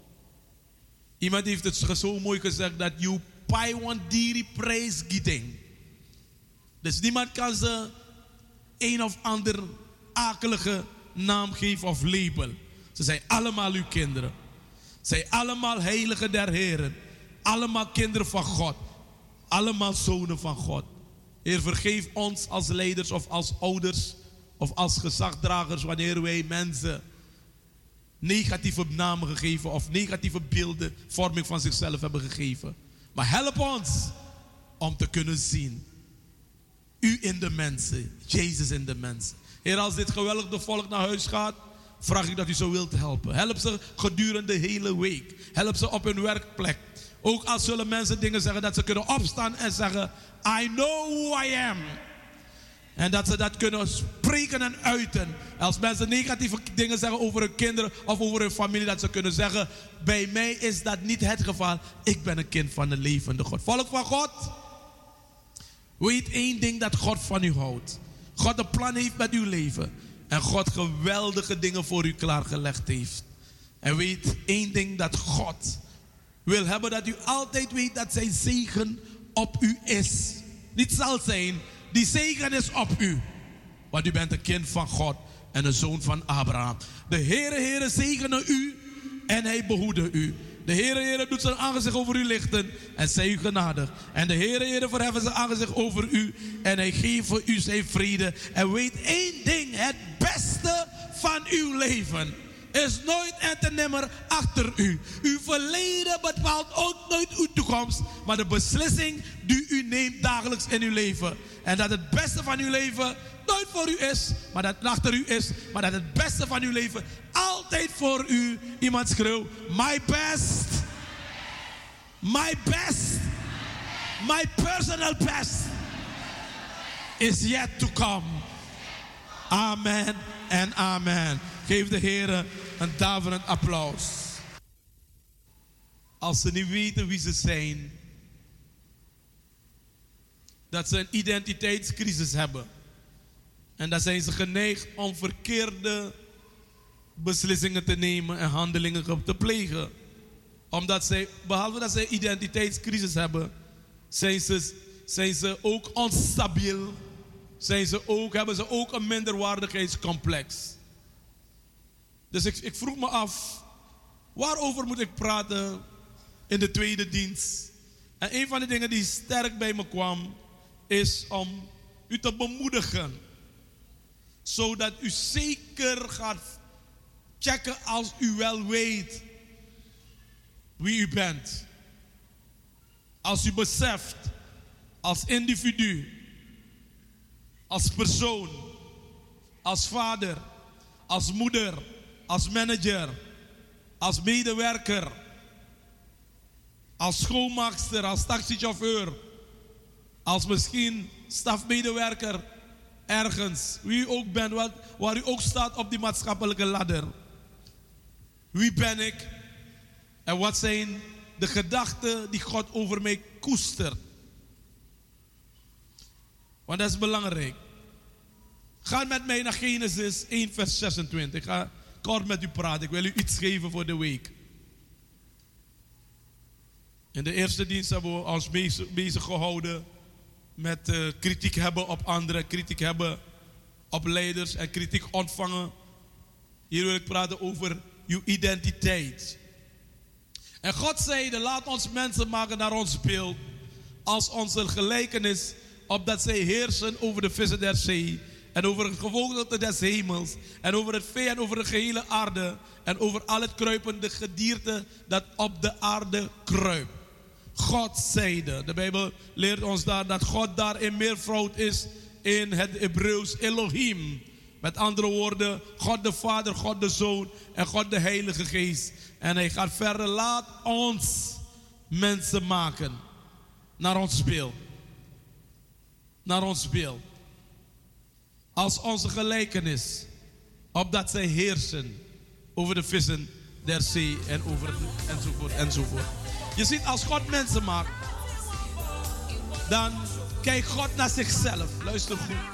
Iemand heeft het zo mooi gezegd dat you pai one diri praise giving. Dus niemand kan ze een of ander akelige naam geven of label. Ze zijn allemaal uw kinderen. Ze zijn allemaal heiligen der Heren. Allemaal kinderen van God. Allemaal zonen van God. Heer, vergeef ons als leiders of als ouders of als gezagdragers wanneer wij mensen negatieve namen gegeven of negatieve beelden, vorming van zichzelf hebben gegeven. Maar help ons om te kunnen zien u in de mensen, Jezus in de mensen. Heer, als dit geweldige volk naar huis gaat, vraag ik dat u zo wilt helpen. Help ze gedurende de hele week. Help ze op hun werkplek. Ook als zullen mensen dingen zeggen, dat ze kunnen opstaan en zeggen, I know who I am. En dat ze dat kunnen spreken en uiten. Als mensen negatieve dingen zeggen over hun kinderen of over hun familie, dat ze kunnen zeggen, bij mij is dat niet het geval. Ik ben een kind van de levende God. Volk van God, weet één ding, dat God van u houdt. God een plan heeft met uw leven. En God geweldige dingen voor u klaargelegd heeft. En weet één ding, dat God wil hebben dat u altijd weet dat zijn zegen op u is. Niet zal zijn, die zegen is op u. Want u bent een kind van God en een zoon van Abraham. De Heere zegene u en hij behoede u. De Heere doet zijn aangezicht over u lichten en zij u genadig. En de Heere verheffen zijn aangezicht over u en hij geeft u zijn vrede. En weet één ding, het beste van uw leven is nooit en te nimmer achter u. Uw verleden bepaalt ook nooit uw toekomst, maar de beslissing die u neemt dagelijks in uw leven. En dat het beste van uw leven nooit voor u is, maar dat het achter u is, maar dat het beste van uw leven altijd voor u. Iemand schreeuwt, my best, my best, my personal best is yet to come. Amen en amen. Geef de Heer een daverend applaus. Als ze niet weten wie ze zijn, dat ze een identiteitscrisis hebben. En dan zijn ze geneigd om verkeerde beslissingen te nemen en handelingen te plegen. Omdat zij, behalve dat zij identiteitscrisis hebben, zijn ze ook onstabiel. Hebben ze ook een minderwaardigheidscomplex. Dus ik vroeg me af, waarover moet ik praten in de tweede dienst? En een van de dingen die sterk bij me kwam, is om u te bemoedigen. Zodat u zeker gaat checken als u wel weet wie u bent. Als u beseft als individu, als persoon, als vader, als moeder, als manager, als medewerker, als schoonmaakster, als taxichauffeur, als misschien stafmedewerker ergens, wie u ook bent, waar u ook staat op die maatschappelijke ladder. Wie ben ik en wat zijn de gedachten die God over mij koestert? Want dat is belangrijk. Ga met mij naar Genesis 1 vers 26. Ik ga kort met u praten. Ik wil u iets geven voor de week. In de eerste dienst hebben we ons bezig gehouden met kritiek hebben op anderen, kritiek hebben op leiders en kritiek ontvangen. Hier wil ik praten over uw identiteit. En God zeide, laat ons mensen maken naar ons beeld, als onze gelijkenis, opdat zij heersen over de vissen der zee, en over het gevogelte des hemels, en over het vee en over de gehele aarde, en over al het kruipende gedierte dat op de aarde kruipt. God zeide, de Bijbel leert ons daar dat God daar in meervoud is in het Hebreeuws Elohim. Met andere woorden, God de Vader, God de Zoon en God de Heilige Geest. En hij gaat verder, laat ons mensen maken naar ons beeld. Naar ons beeld. Als onze gelijkenis, opdat zij heersen over de vissen der zee en over enzovoort enzovoort. Je ziet, als God mensen maakt, dan kijkt God naar zichzelf. Luister goed.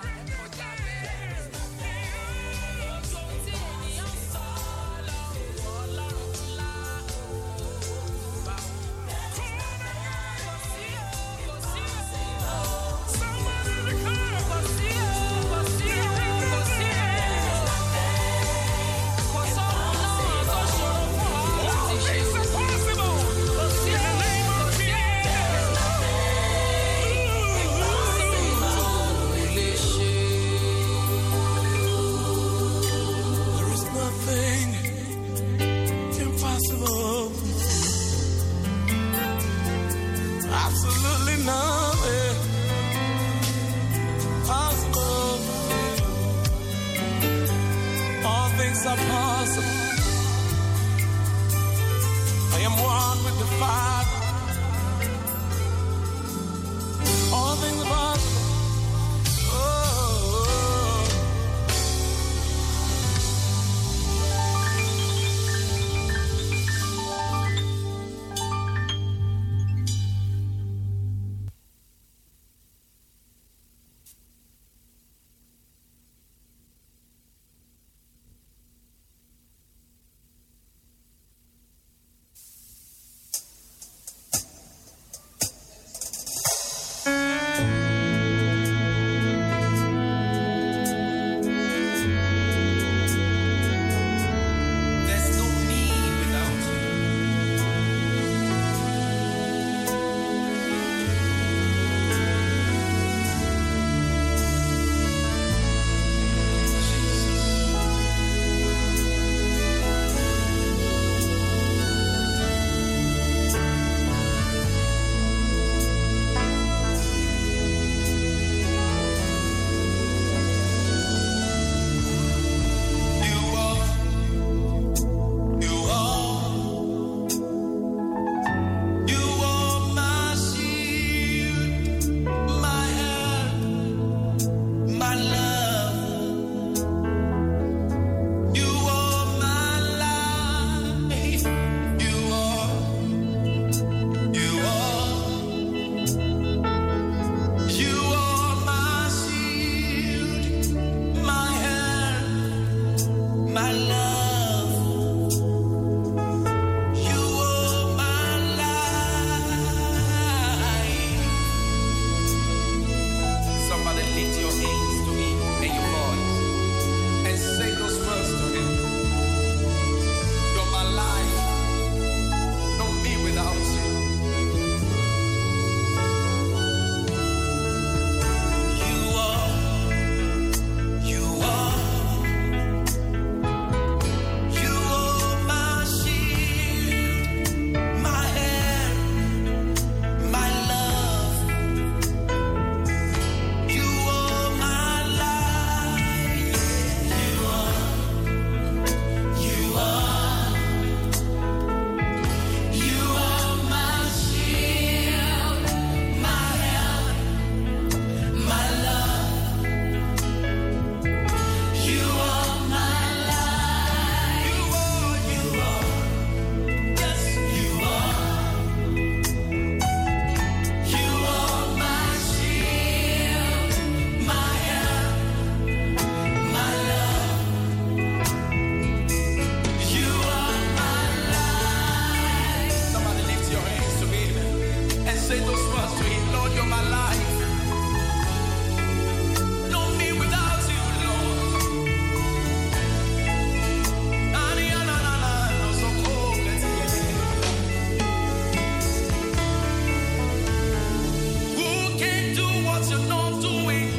what you're not doing?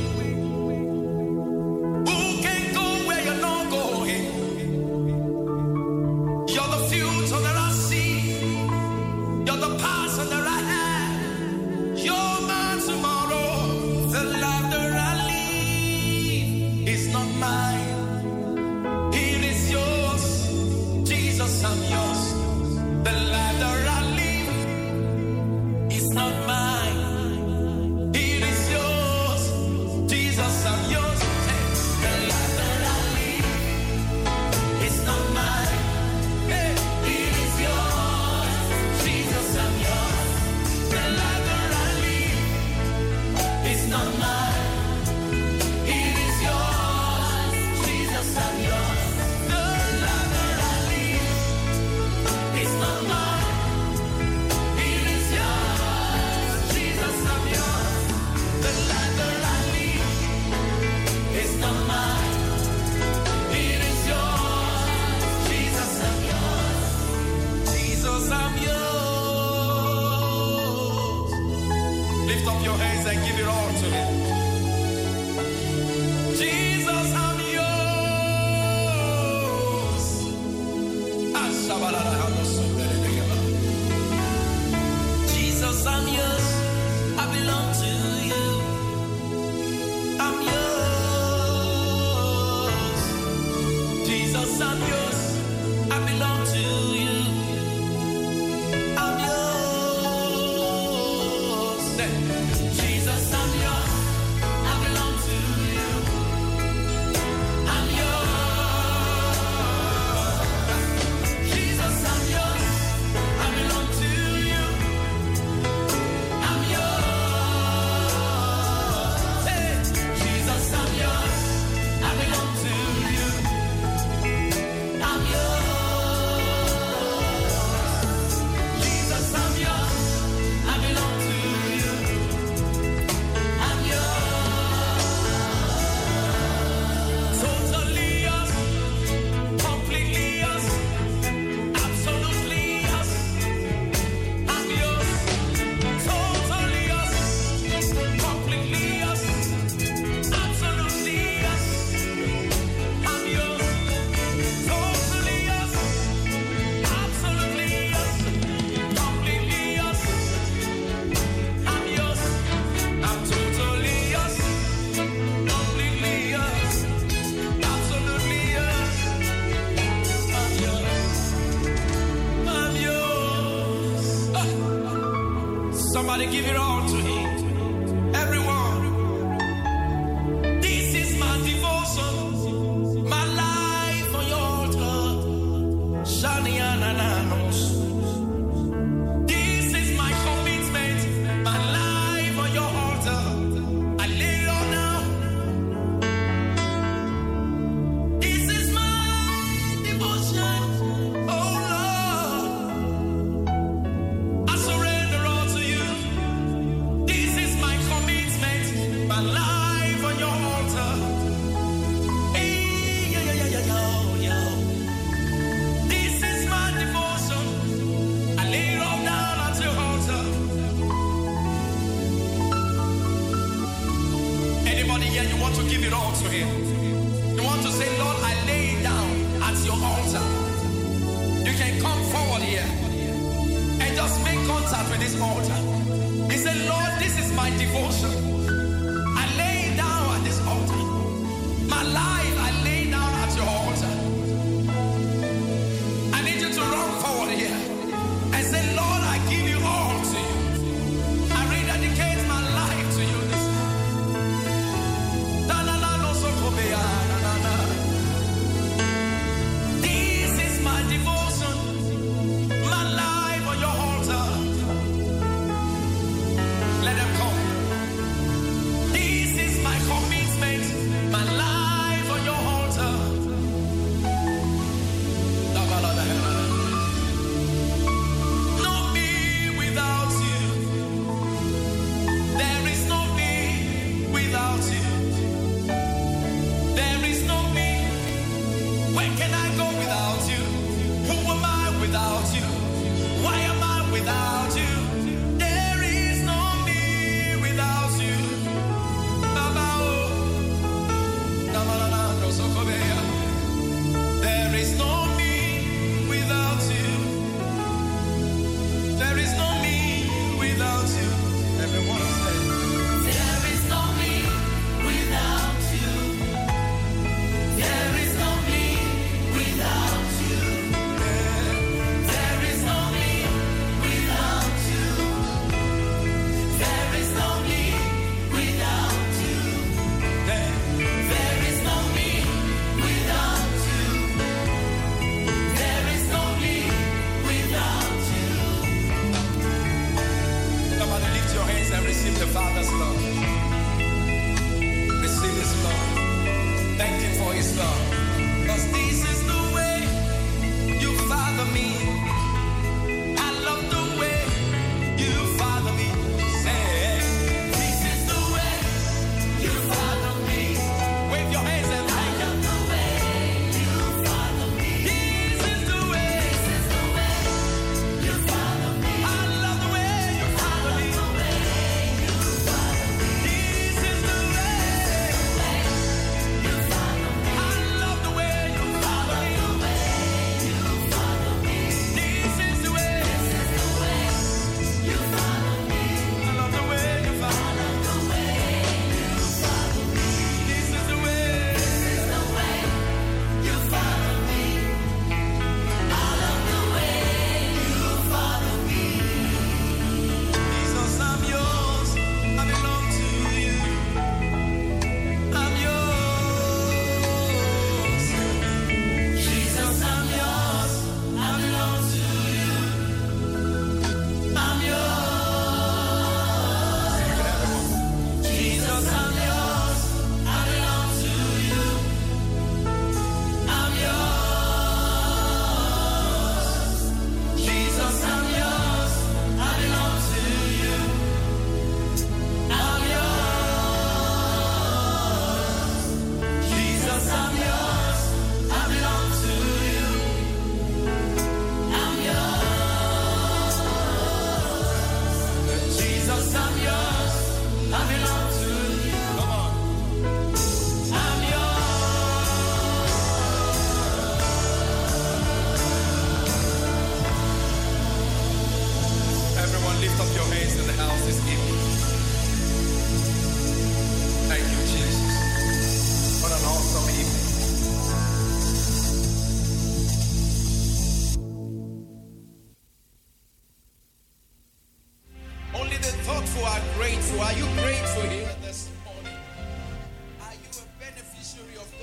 Who can go where you're not going? You're the future that I see. You're the past that I have. You're my tomorrow. The life that I live is not mine. It is yours. Jesus, I'm yours. The life that I live is not mine. It is yours. Jesus, I'm yours. Hey, the life that I live is not mine. Hey, it is yours. Jesus, I'm yours. The life that I live is not mine. It is yours. Jesus, I'm yours. The life that I live is not mine. It is yours. Jesus, I'm yours. The life that I live is not mine. It is yours. Jesus, I'm yours. Jesus, I'm yours. Lift up your hands and give it all to Him. Jesus, I'm yours. Jesus, I'm yours. I belong to you. I'm yours. Jesus, I'm yours. I belong to you. I'm yours. Jesus, I'm yours. I belong to you. I'm yours. Jesus, I'm yours. I belong to you. I'm yours. Hey, Jesus, I'm yours. I belong to you. I'm yours. Jesus, I'm yours. I belong to you. I'm yours. Totally yours. Completely yours. Absolutely yours. I'm yours. Totally yours. Completely yours. Absolutely yours. I'm yours. Totally yours. Absolutely yours. Completely yours. I'm yours. I'm totally yours. Completely yours. Absolutely yours. I'm yours. I'm yours. Somebody give it all to Him. Everyone. This is my devotion. My life on your altar. Shani-ana-na-nos. This is my commitment. My life on your altar. I lay it all down. This is my devotion. Oh Lord. I surrender all to you. This is my commitment. My life on your altar. Hey, yo, yo, yo, yo, yo, yo. This is my devotion. I lay it all down at your altar. Anybody here, you want to give it all to Him? You want to say, Lord, I lay it down at your altar. You can come forward here and just make contact with this altar. He said, Lord, this is my devotion. I lay it down at this altar. My life, I lay down at your altar. I need you to run forward here and say, Lord, I give you all to you. I rededicate my life to you this This is my devotion. My life on your altar. Let them come.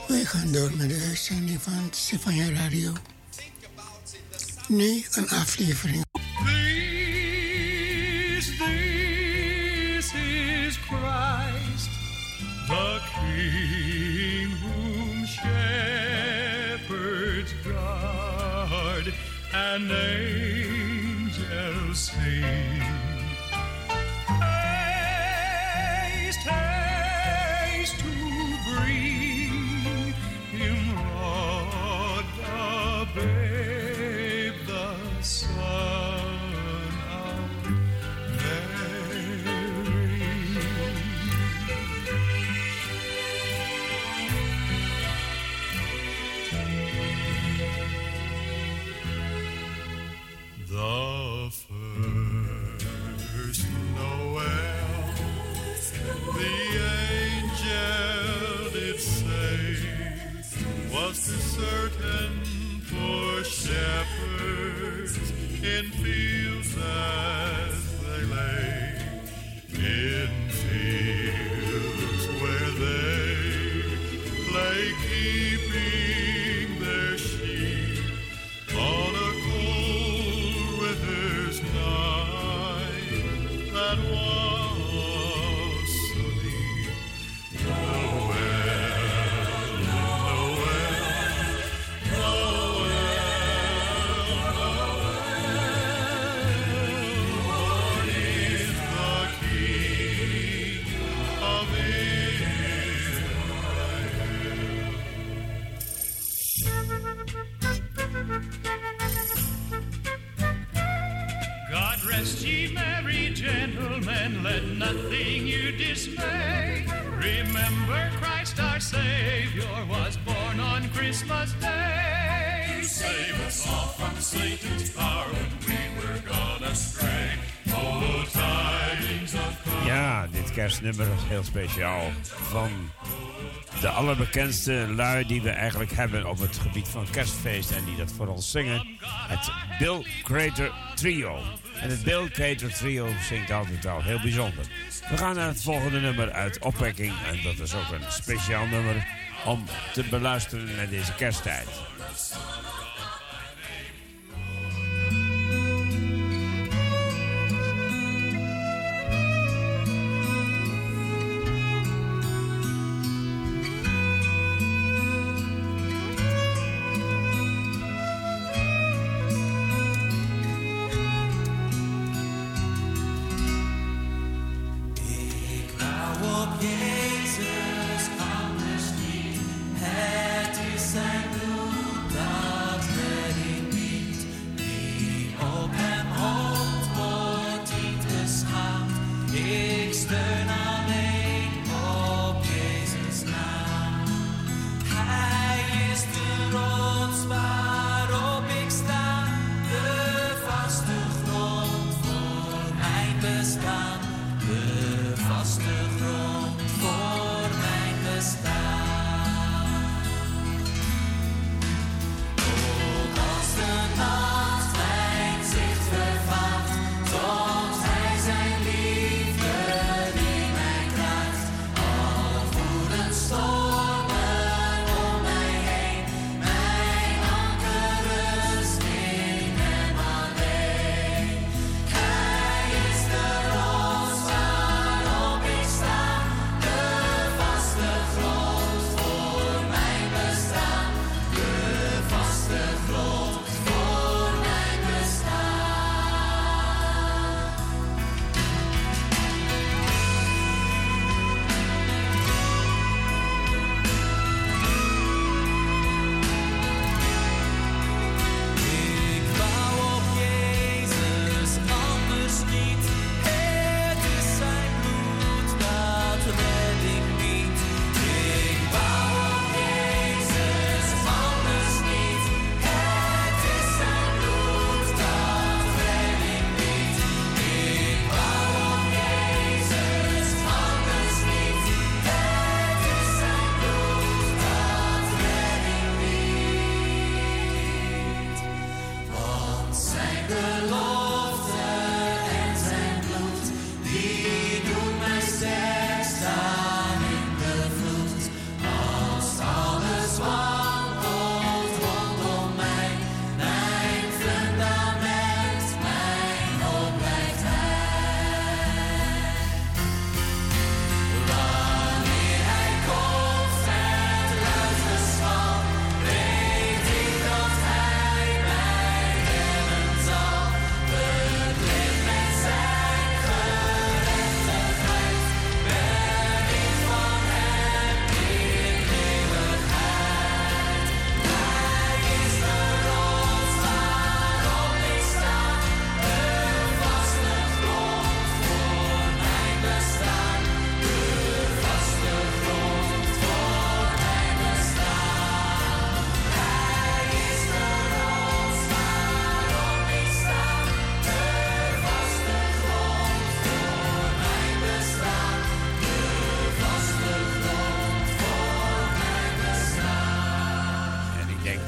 Wij gaan door met de uitzending van Stefania Radio. Nu een aflevering. This is Christ, the King whom shepherds guard and angels sing. Haste, haste to bring him Lord the babe, the Son of Mary. The first Noel, the angel did say, was to certain poor shepherds in fields as they lay, in fields where they lay keeping their sheep on a cold winter's night that was sunny. Noel, Noel, Lord is the King of God rest ye merry gentlemen, let nothing you dismay. Remember Christ our Savior was born on Christmas Day. To save us all from Satan's power when we were gone astray. Oh, tidings of God. Ja, dit kerstnummer is heel speciaal. Van de allerbekendste lui die we eigenlijk hebben op het gebied van kerstfeest en die dat voor ons zingen. Het Bill Crater Trio. En het Bill Crater Trio zingt altijd al heel bijzonder. We gaan naar het volgende nummer uit Opwekking. En dat is ook een speciaal nummer om te beluisteren met deze kersttijd. Jezus anders niet. Het is zijn bloed dat redding biedt. Wie op hem hoopt, wordt niet geschaamd. Ik steun alleen op Jezus naam. Hij is de rots waarop ik sta, de vaste grond voor mijn bestaan. De vaste grond voor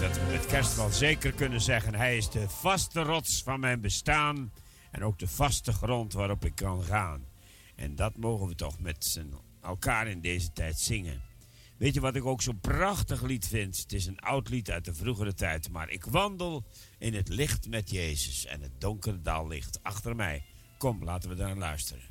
dat we met kerst wel zeker kunnen zeggen: hij is de vaste rots van mijn bestaan en ook de vaste grond waarop ik kan gaan. En dat mogen we toch met elkaar in deze tijd zingen. Weet je wat ik ook zo'n prachtig lied vind? Het is een oud lied uit de vroegere tijd. Maar ik wandel in het licht met Jezus en het donkere dal ligt achter mij. Kom, laten we daar luisteren.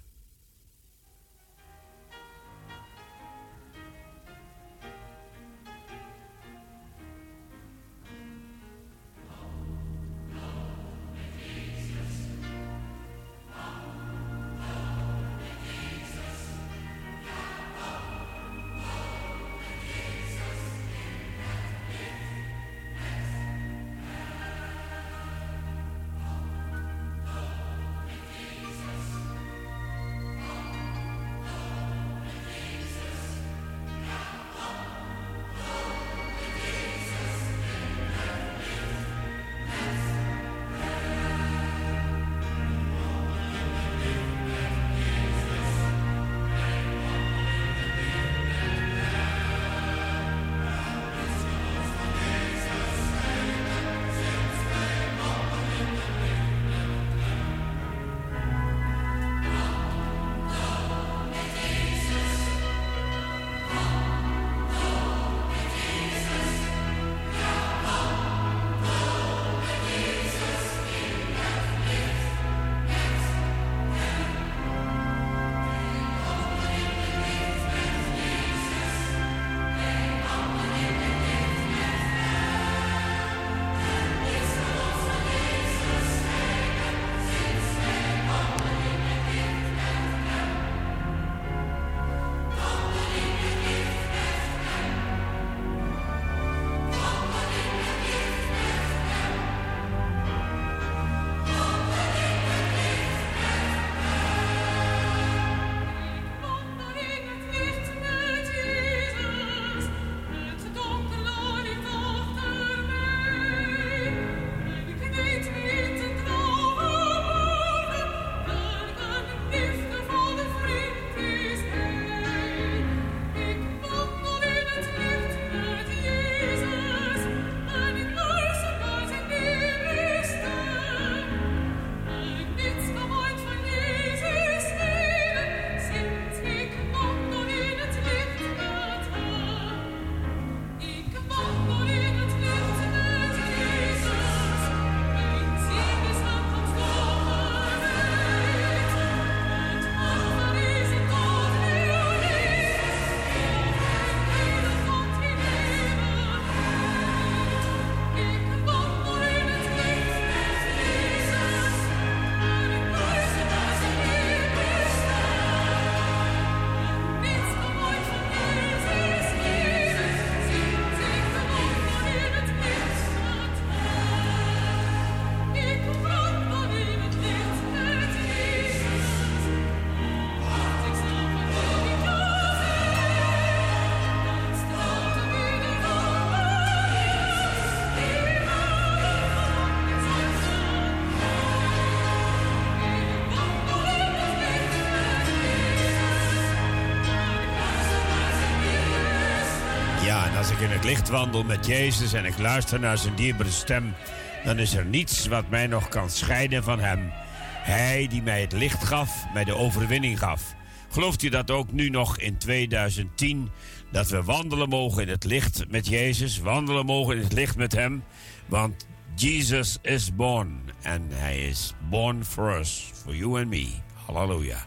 Als ik in het licht wandel met Jezus en ik luister naar zijn dierbare stem, dan is er niets wat mij nog kan scheiden van hem. Hij die mij het licht gaf, mij de overwinning gaf. Gelooft u dat ook nu nog in 2010? Dat we wandelen mogen in het licht met Jezus, wandelen mogen in het licht met hem. Want Jesus is born and hij is born for us, for you and me. Halleluja.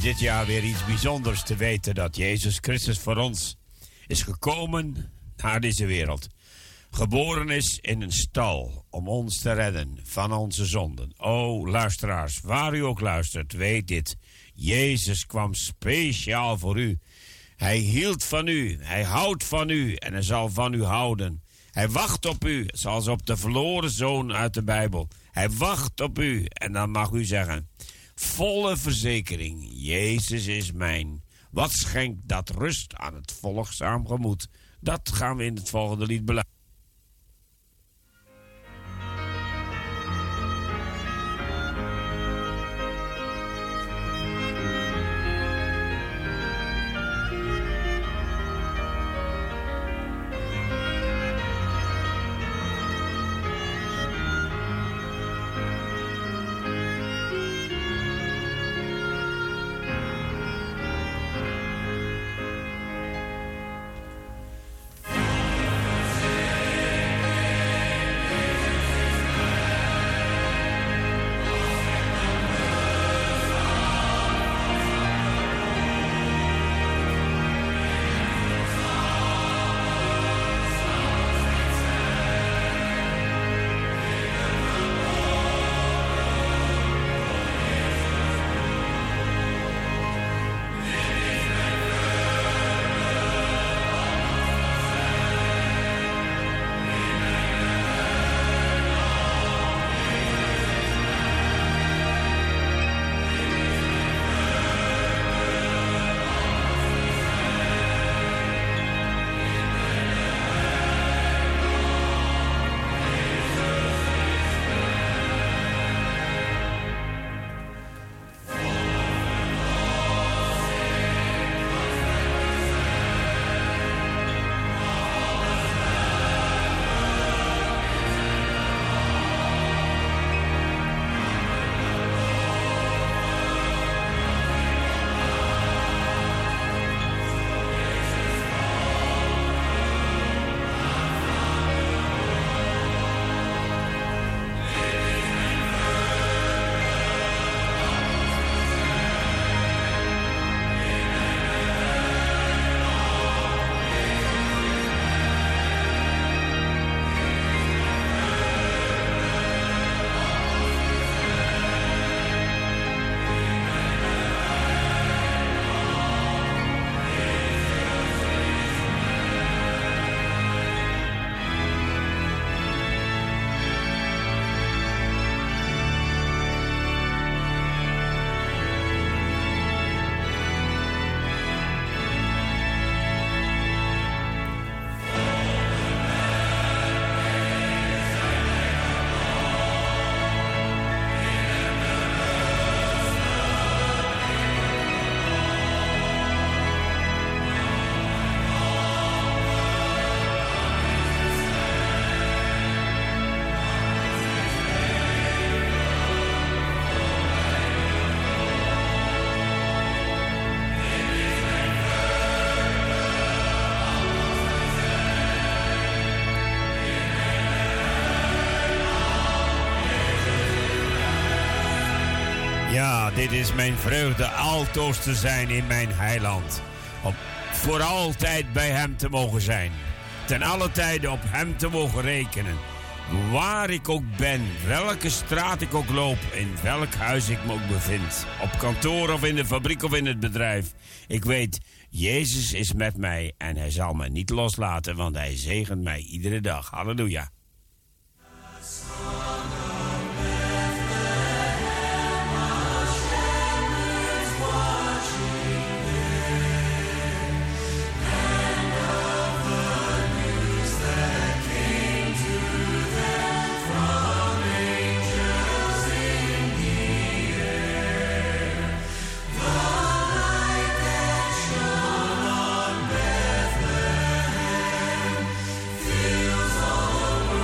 dit jaar weer iets bijzonders te weten dat Jezus Christus voor ons is gekomen naar deze wereld. Geboren is in een stal om ons te redden van onze zonden. O luisteraars, waar u ook luistert, weet dit. Jezus kwam speciaal voor u. Hij hield van u, hij houdt van u en hij zal van u houden. Hij wacht op u, zoals op de verloren zoon uit de Bijbel. Hij wacht op u en dan mag u zeggen, volle verzekering, Jezus is mijn. Wat schenkt dat rust aan het volgzaam gemoed? Dat gaan we in het volgende lied beluisteren. Ja, dit is mijn vreugde altoos te zijn in mijn heiland. Om voor altijd bij hem te mogen zijn. Ten alle tijde op hem te mogen rekenen. Waar ik ook ben, welke straat ik ook loop, in welk huis ik me ook bevind. Op kantoor of in de fabriek of in het bedrijf. Ik weet, Jezus is met mij en hij zal me niet loslaten, want hij zegent mij iedere dag. Halleluja. Fills all the world.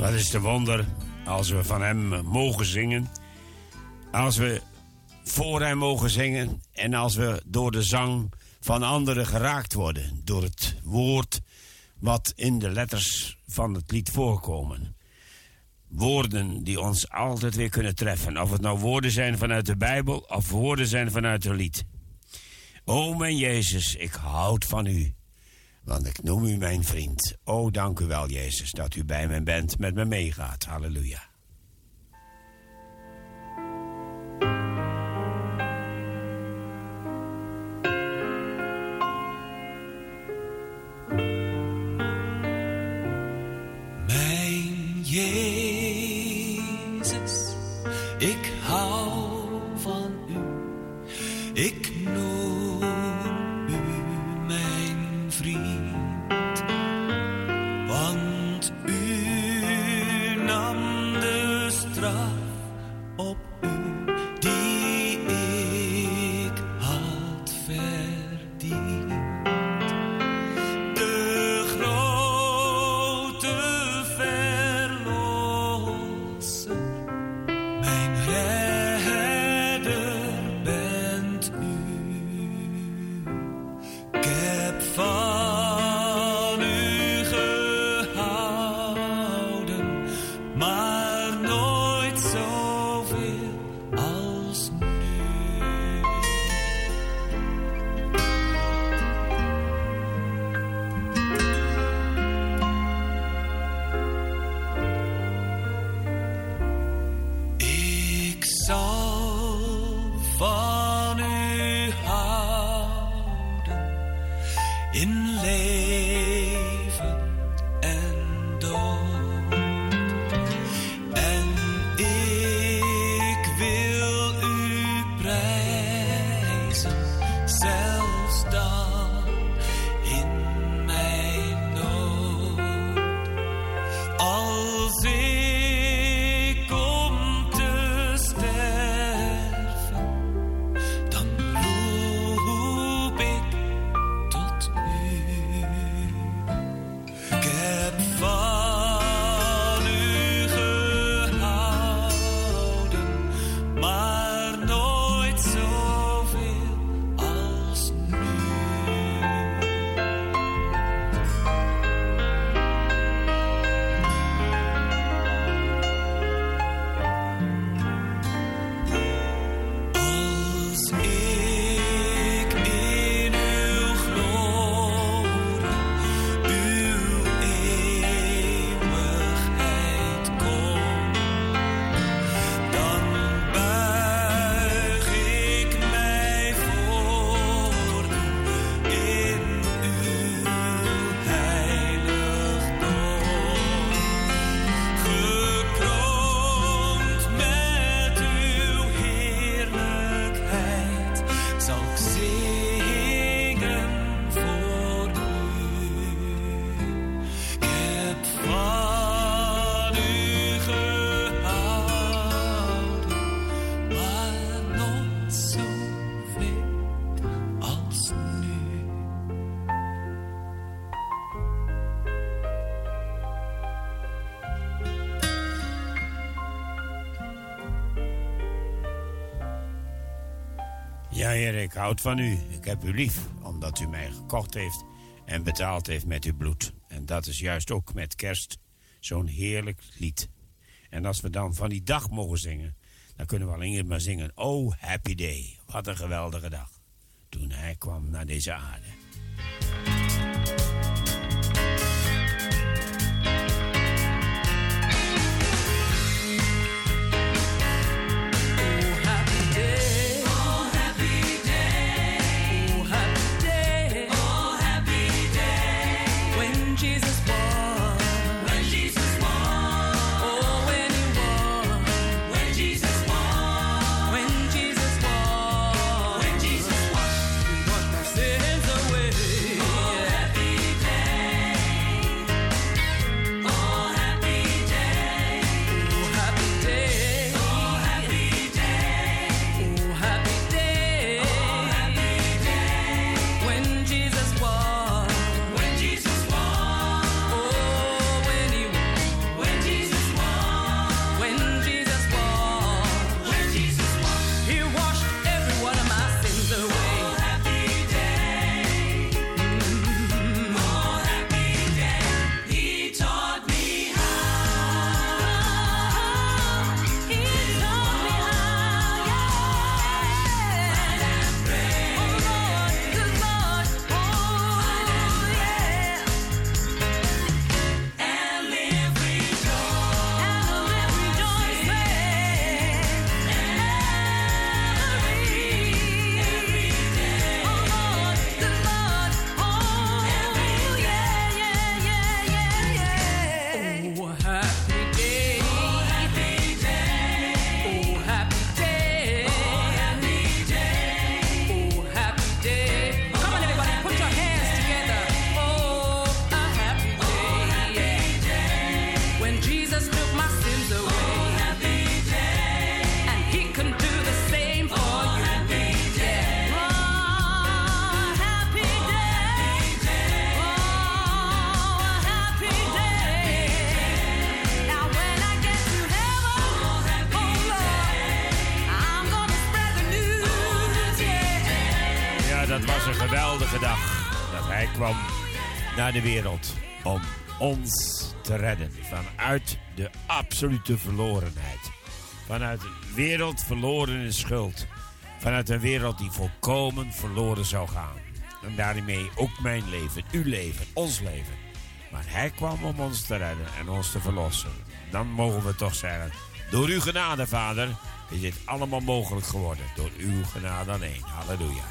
Wat is de wonder als we van hem mogen zingen. Als we voor hem mogen zingen. En als we door de zang van anderen geraakt worden. Door het woord wat in de letters van het lied voorkomen. Woorden die ons altijd weer kunnen treffen. Of het nou woorden zijn vanuit de Bijbel of woorden zijn vanuit een lied. O mijn Jezus, ik houd van u. Want ik noem u mijn vriend. O, dank u wel, Jezus, dat u bij mij bent, met me meegaat. Halleluja. Mijn Jezus, ik hou van u. Ik noem u mijn vriend, want u nam de straf op u die ik had verdiend. De grote verlosser, mijn redder bent u. Ik heb van u gehouden, maar nooit zoveel als nu. Ik zal van u houden in leven en dood. En ik wil u prijzen, zelfs dan in mijn nood. Als ik kom te sterven, dan roep ik tot u. Ik heb van u gehouden, maar nooit zoveel als nu. Als ik in uw glorie, uw eeuwigheid kom, dan buig ik mij voor u in uw heiligdom. Gekroond met uw heerlijkheid zal ik zingen voor u. Ik heb van u gehouden, maar nooit zoveel als nu. Ja, Heer, ik houd van u. Ik heb u lief, omdat u mij gekocht heeft en betaald heeft met uw bloed. En dat is juist ook met kerst zo'n heerlijk lied. En als we dan van die dag mogen zingen, dan kunnen we alleen maar zingen. Oh, happy day. Wat een geweldige dag. Toen hij kwam naar deze aarde. When Jesus won, when Jesus won, oh when he won, when Jesus won, when Jesus won, when Jesus won, he washed my sins away. dag dat hij kwam naar de wereld om ons te redden vanuit de absolute verlorenheid. Vanuit een wereld verloren in schuld. Vanuit een wereld die volkomen verloren zou gaan. En daarmee ook mijn leven, uw leven, ons leven. Maar hij kwam om ons te redden en ons te verlossen. Dan mogen we toch zeggen, door uw genade, Vader, is dit allemaal mogelijk geworden. Door uw genade alleen. Halleluja.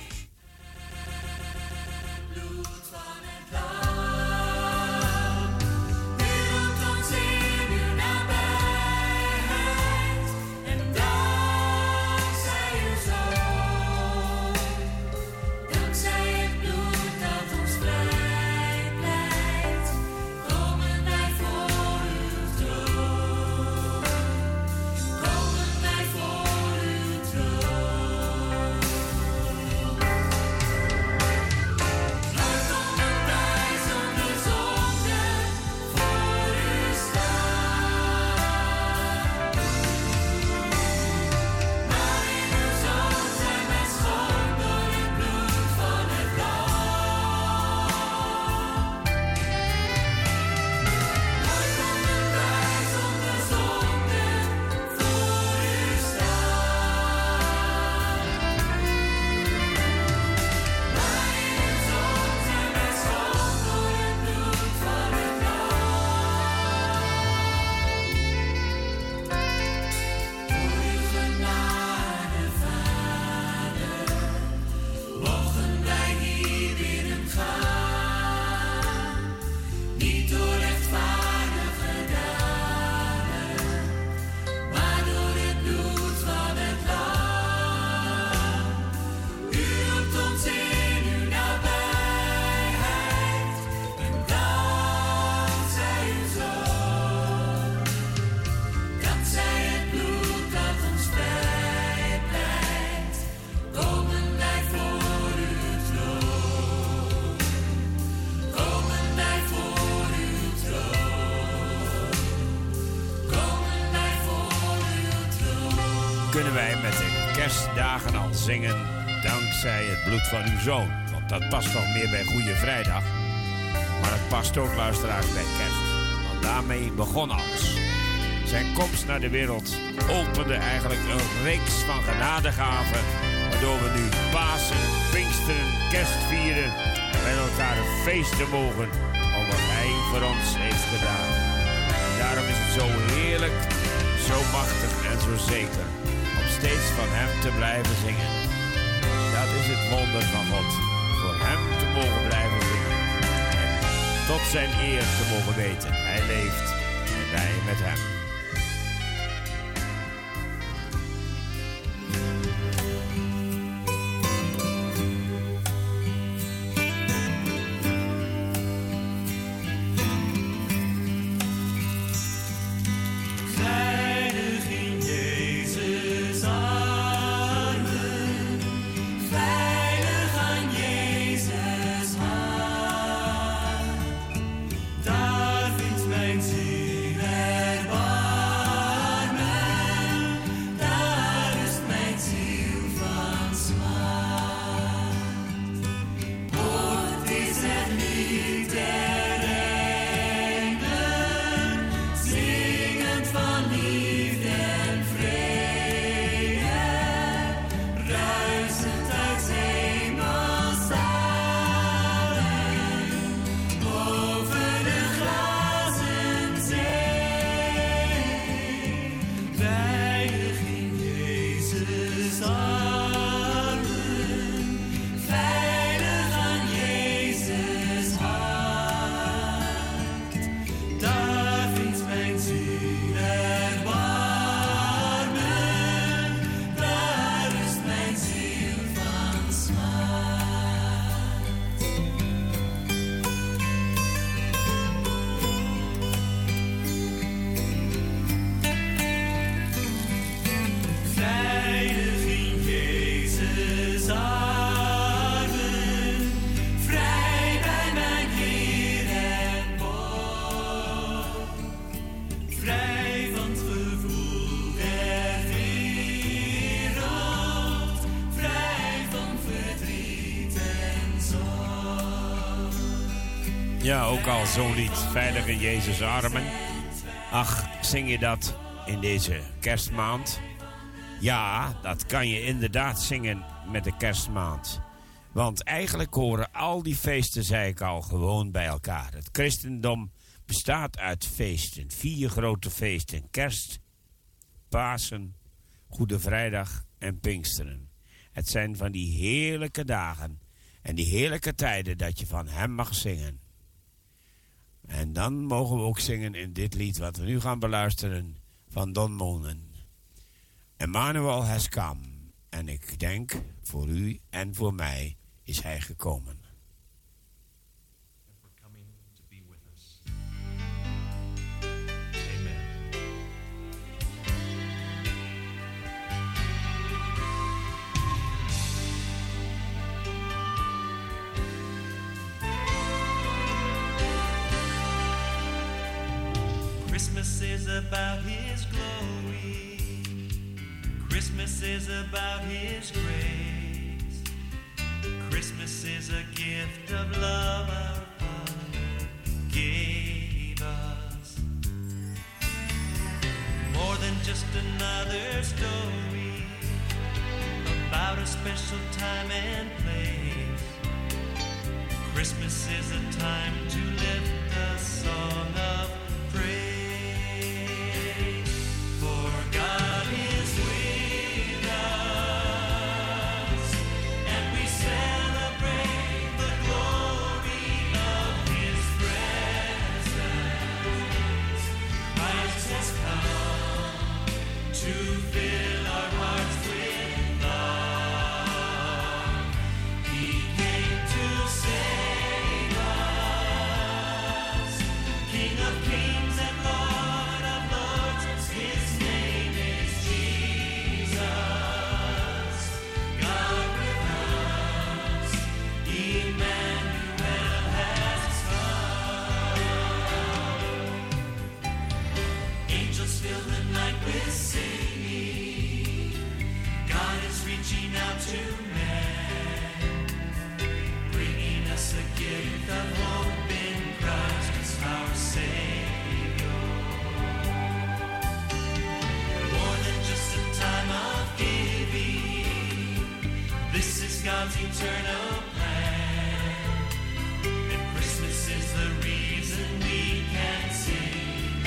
Kunnen wij met de kerstdagen al zingen dankzij het bloed van uw zoon. Want dat past toch meer bij Goede Vrijdag. Maar het past ook, luisteraars, bij kerst. Want daarmee begon alles. Zijn komst naar de wereld opende eigenlijk een reeks van genadegaven. Waardoor we nu Pasen, Pinksteren, Kerst vieren. En met elkaar feesten mogen om wat hij voor ons heeft gedaan. Daarom is het zo heerlijk, zo machtig en zo zeker. Om steeds van hem te blijven zingen. Dat is het wonder van God. Voor hem te mogen blijven zingen. En tot zijn eer te mogen weten. Hij leeft en wij met hem. Daar vindt mijn ziel erbij. Ja, ook al zo'n lied, Veilig in Jezus' armen. Ach, zing je dat in deze kerstmaand? Ja, dat kan je inderdaad zingen met de kerstmaand. Want eigenlijk horen al die feesten, zei ik al, gewoon bij elkaar. Het christendom bestaat uit feesten. 4 grote feesten. Kerst, Pasen, Goede Vrijdag en Pinksteren. Het zijn van die heerlijke dagen en die heerlijke tijden dat je van hem mag zingen. En dan mogen we ook zingen in dit lied wat we nu gaan beluisteren van Don Moen. Emmanuel has come. En ik denk, voor u en voor mij is hij gekomen. Christmas is about his glory. Christmas is about his grace. Christmas is a gift of love our Father gave us. More than just another story about a special time and place. Christmas is a time to lift a song of praise. For God is with us, and we celebrate the glory of his presence. Christ has come to fill our hearts with love. He came to save us, King of kings and Lord of lords. His name is Jesus. God with us, Emmanuel has come. Angels fill the night with singing. God is reaching out to man, bringing us a gift of hope in Christ our Savior. More than just a time of giving, this is God's eternal plan. And Christmas is the reason we can sing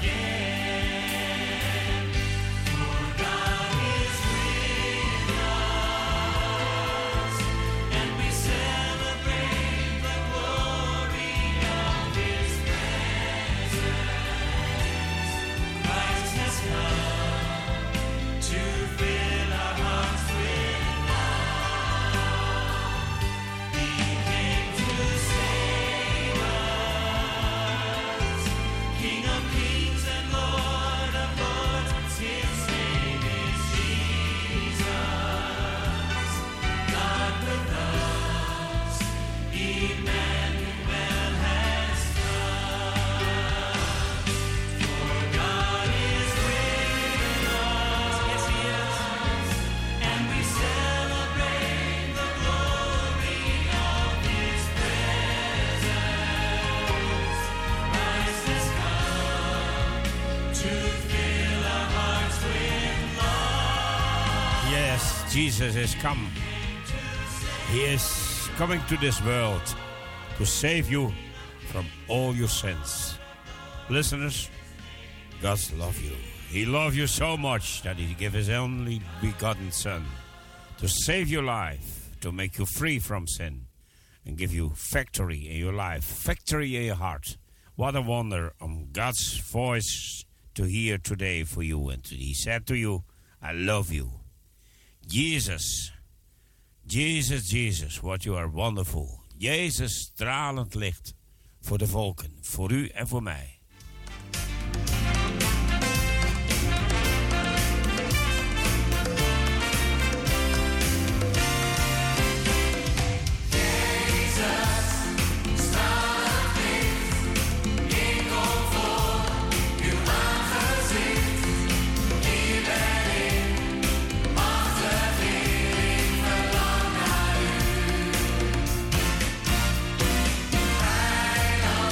again. For God is with us, and we celebrate the glory of his presence. Christ has come to fill our hearts with love. He came to save us, King of kings and Lord of lords. His name is Jesus. God with us, Emmanuel has come. For God is with us, yes he is, and we celebrate the glory of his presence. Christ has come to fill our hearts with love. Yes, Jesus is come. He is coming to this world to save you from all your sins. Listeners, God loves you. He loves you so much that he gave his only begotten Son to save your life, to make you free from sin, and give you victory in your life, victory in your heart. What a wonder God's voice to hear today for you. And he said to you, I love you. Jesus, Jesus, Jesus, what you are wonderful. Jezus, stralend licht voor de volken, voor u en voor mij. Hij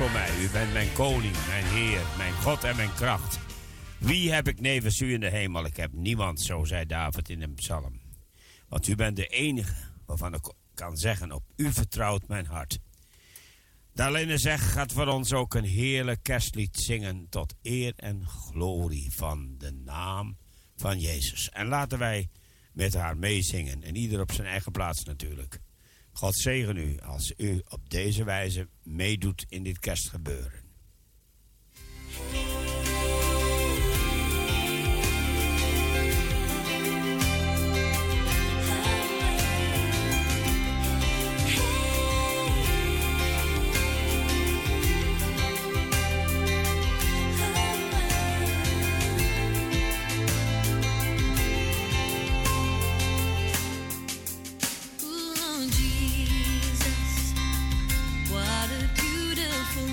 voor mij. U bent mijn koning, mijn Heer, mijn God en mijn kracht. Wie heb ik nevens u in de hemel? Ik heb niemand, zo zei David in een psalm. Want u bent de enige waarvan ik kan zeggen, op u vertrouwt mijn hart. Darlene zegt, gaat voor ons ook een heerlijk kerstlied zingen tot eer en glorie van de naam van Jezus. En laten wij met haar meezingen en ieder op zijn eigen plaats natuurlijk. God zegen u als u op deze wijze meedoet in dit kerstgebeuren. What a beautiful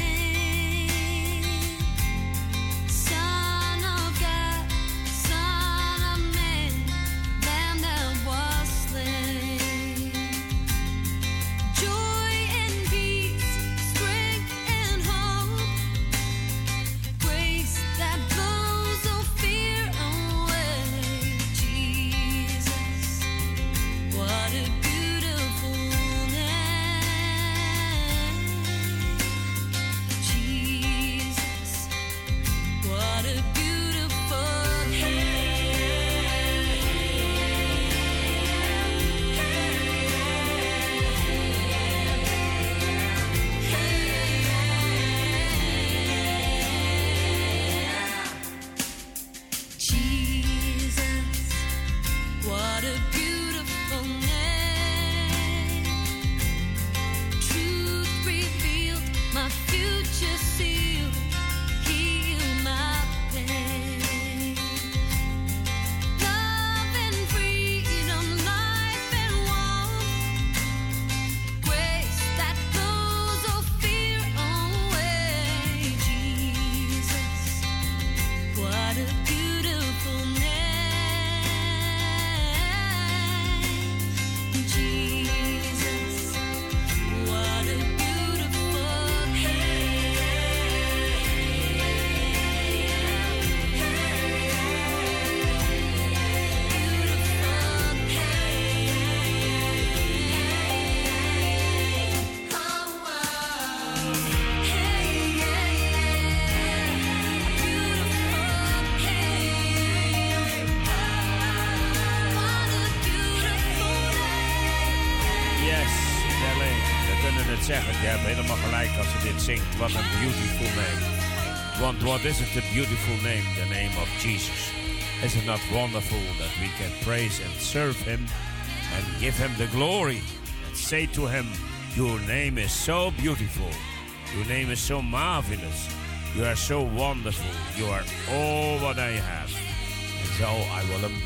zeggen, je hebt helemaal gelijk als je dit zingt. Wat een beautiful name. Want what is it, a beautiful name, the name of Jesus? Is it not wonderful that we can praise and serve him and give him the glory and say to him, your name is so beautiful, your name is so marvelous, you are so wonderful, you are all what I have. And so I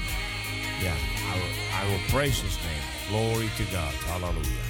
will praise his name. Glory to God. Hallelujah.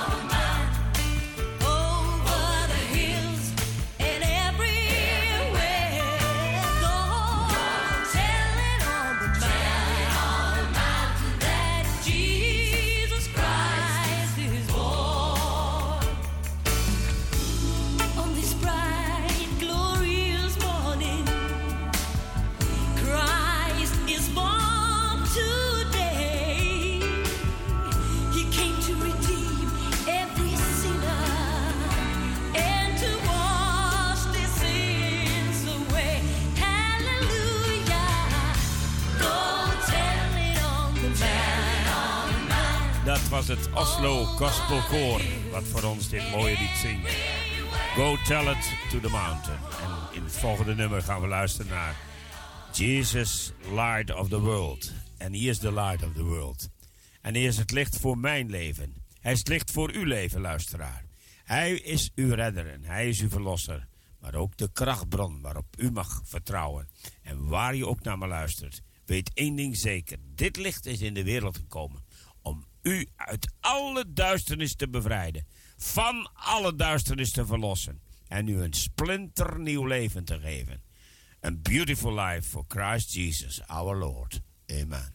Everywhere was het Oslo Gospel Koor wat voor ons dit mooie lied zingt. Go tell it to the mountain. En in het volgende nummer gaan we luisteren naar Jesus, Light of the World. En hier is de Light of the World. En hij is het licht voor mijn leven. Hij is het licht voor uw leven, luisteraar. Hij is uw redder en hij is uw verlosser. Maar ook de krachtbron waarop u mag vertrouwen. En waar je ook naar me luistert, weet één ding zeker. Dit licht is in de wereld gekomen om u uit alle duisternis te bevrijden. Van alle duisternis te verlossen. En u een splinternieuw leven te geven. A beautiful life for Christ Jesus, our Lord. Amen.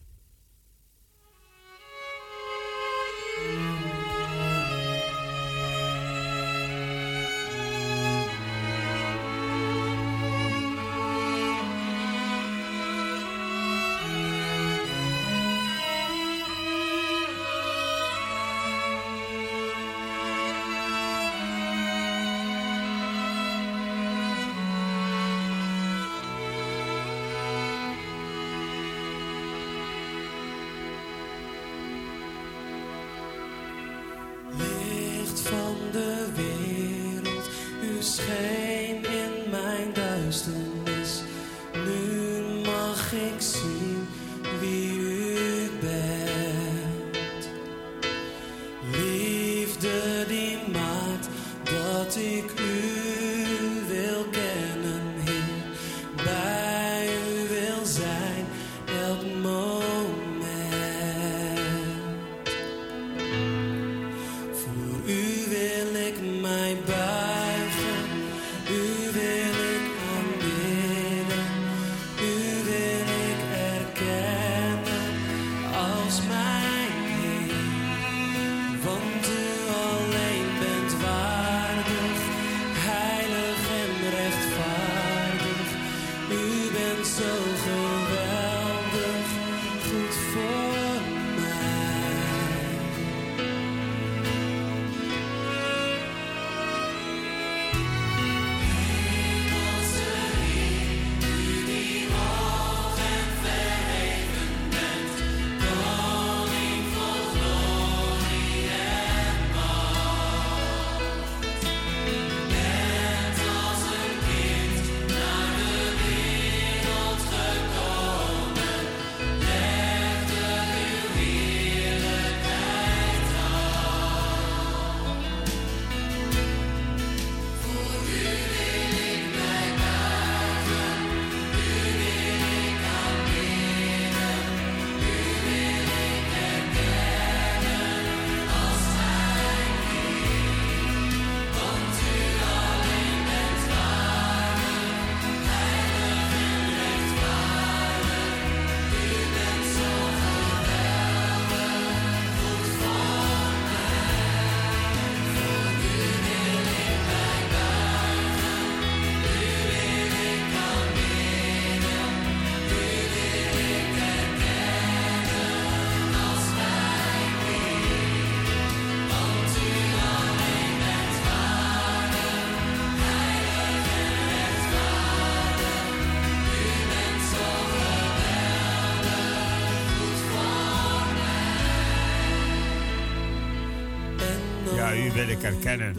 U wil ik erkennen.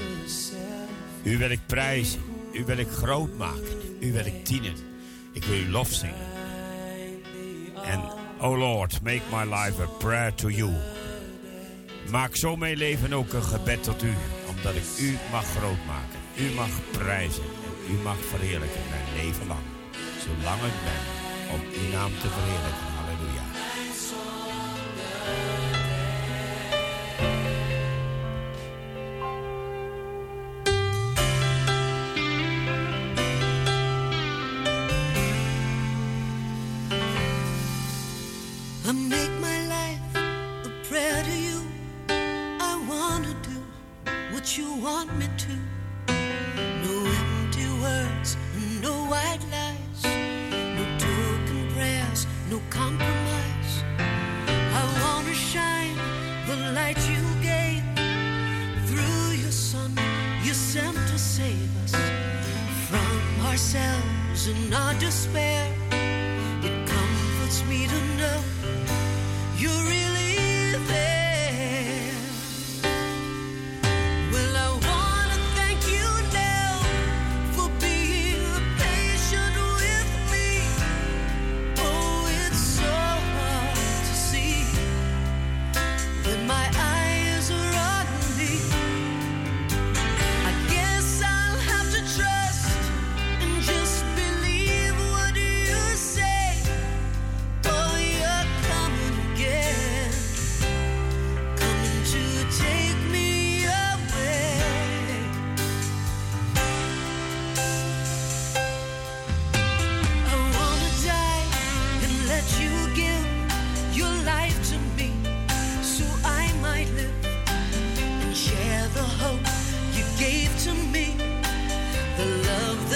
U wil ik prijzen. U wil ik groot maken. U wil ik dienen. Ik wil u lof zingen. En, oh Lord, make my life a prayer to you. Maak zo mijn leven ook een gebed tot u. Omdat ik u mag groot maken. U mag prijzen. En u mag verheerlijken mijn leven lang. Zolang ik ben. Om uw naam te verheerlijken. Halleluja. I make my life a prayer to you. I want to do what you want me to. No empty words, no white lies, no token prayers, no compromise. I want to shine the light you gave through your Son you sent to save us from ourselves and our despair. It comforts me to know you're really there.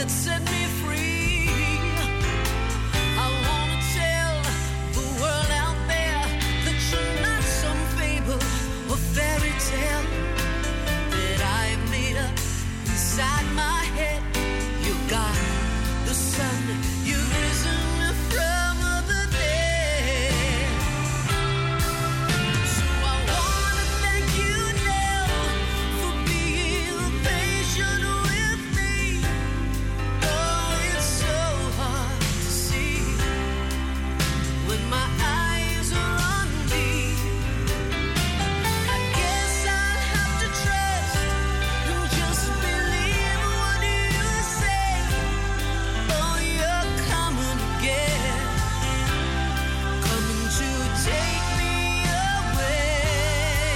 that set me free. I wanna tell the world out there that you're not some fable or fairy tale that I've made up inside my head. You got the sun, you've risen from the dead. So I wanna thank you now for being patient with me. Oh, it's so hard to see when my eyes are on me. I guess I'll have to trust and just believe what you say. Oh, you're coming again, coming to take me away.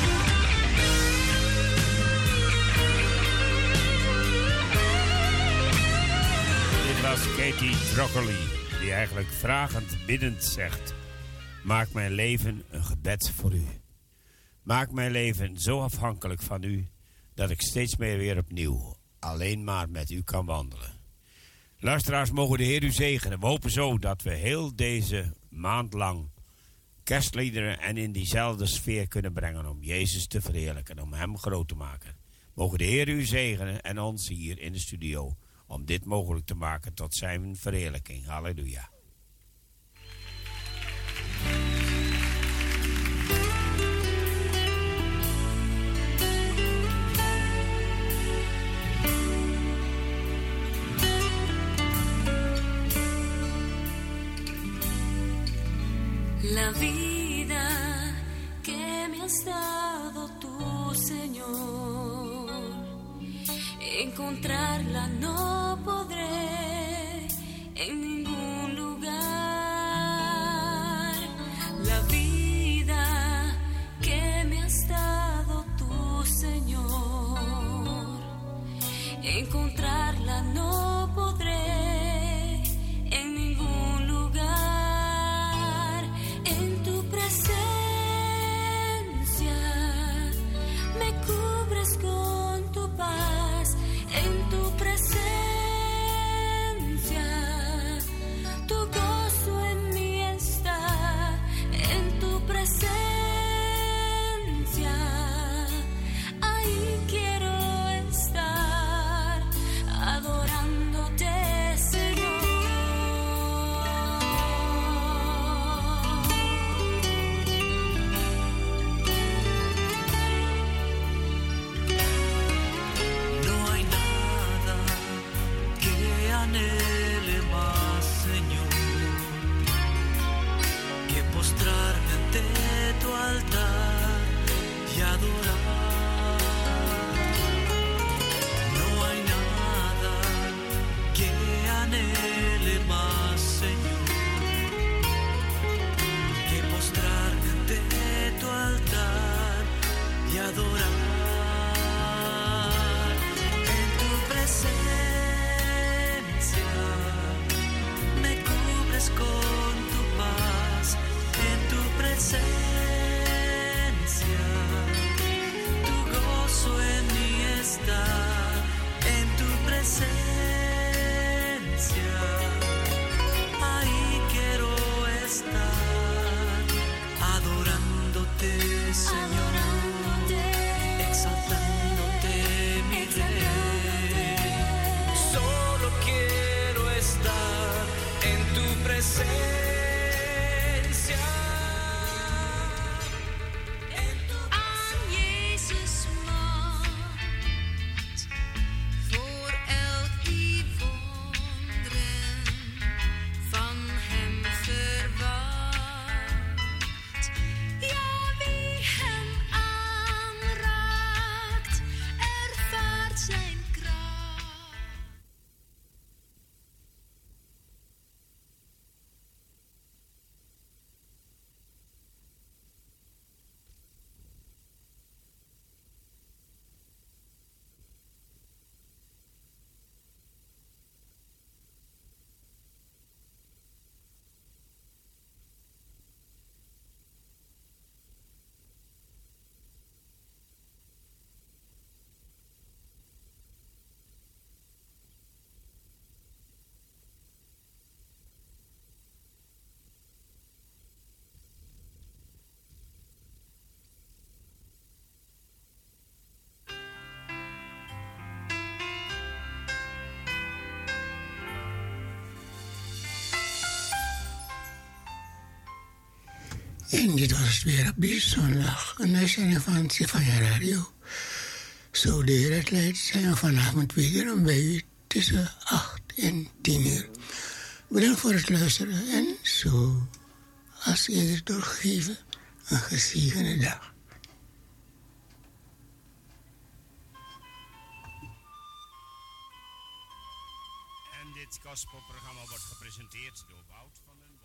Dit was Katie Broccoli, die eigenlijk vragend biddend zegt: maak mijn leven een gebed voor u. Maak mijn leven zo afhankelijk van u, dat ik steeds meer weer opnieuw alleen maar met u kan wandelen. Luisteraars, mogen de Heer u zegenen. We hopen zo dat we heel deze maand lang kerstliederen en in diezelfde sfeer kunnen brengen om Jezus te verheerlijken, om hem groot te maken. Mogen de Heer u zegenen en ons hier in de studio om dit mogelijk te maken tot zijn verheerlijking. Halleluja. La vida que me has dado tú, Señor, encontrarla no podré en ningún lugar. La vida que me has dado tú, Señor, encontrarla no podré en ningún lugar. En tu presencia me cubres con tu paz. En tu presencia tu gozo en mí está. En tu presencia ahí quiero estar, adorándote, Señor. No hay nada que anhele más, Señor, que postrarme ante tu altar y adorar. No hay nada que anhele más, Señor, que postrarme ante tu altar y adorar. En tu presencia me cubres con tu paz. En tu presencia tu gozo en mí está. En tu presencia ahí quiero estar, adorándote, Señor, exaltándote, mi Rey. Solo quiero estar en tu presencia. Aan Jezus macht voor elk die wonderen van hem verwacht. Ja, wie hem aanraakt, ervaart zijn kracht. En dit was weer op deze zondag een uitzending van Sivaya Radio. Zo de Heer het leidt zijn we vanavond weer bij u tussen 8 en 10 uur. Bedankt voor het luisteren en zo als eerder doorgegeven een gezegende dag. En dit gospelprogramma wordt gepresenteerd door Wout van den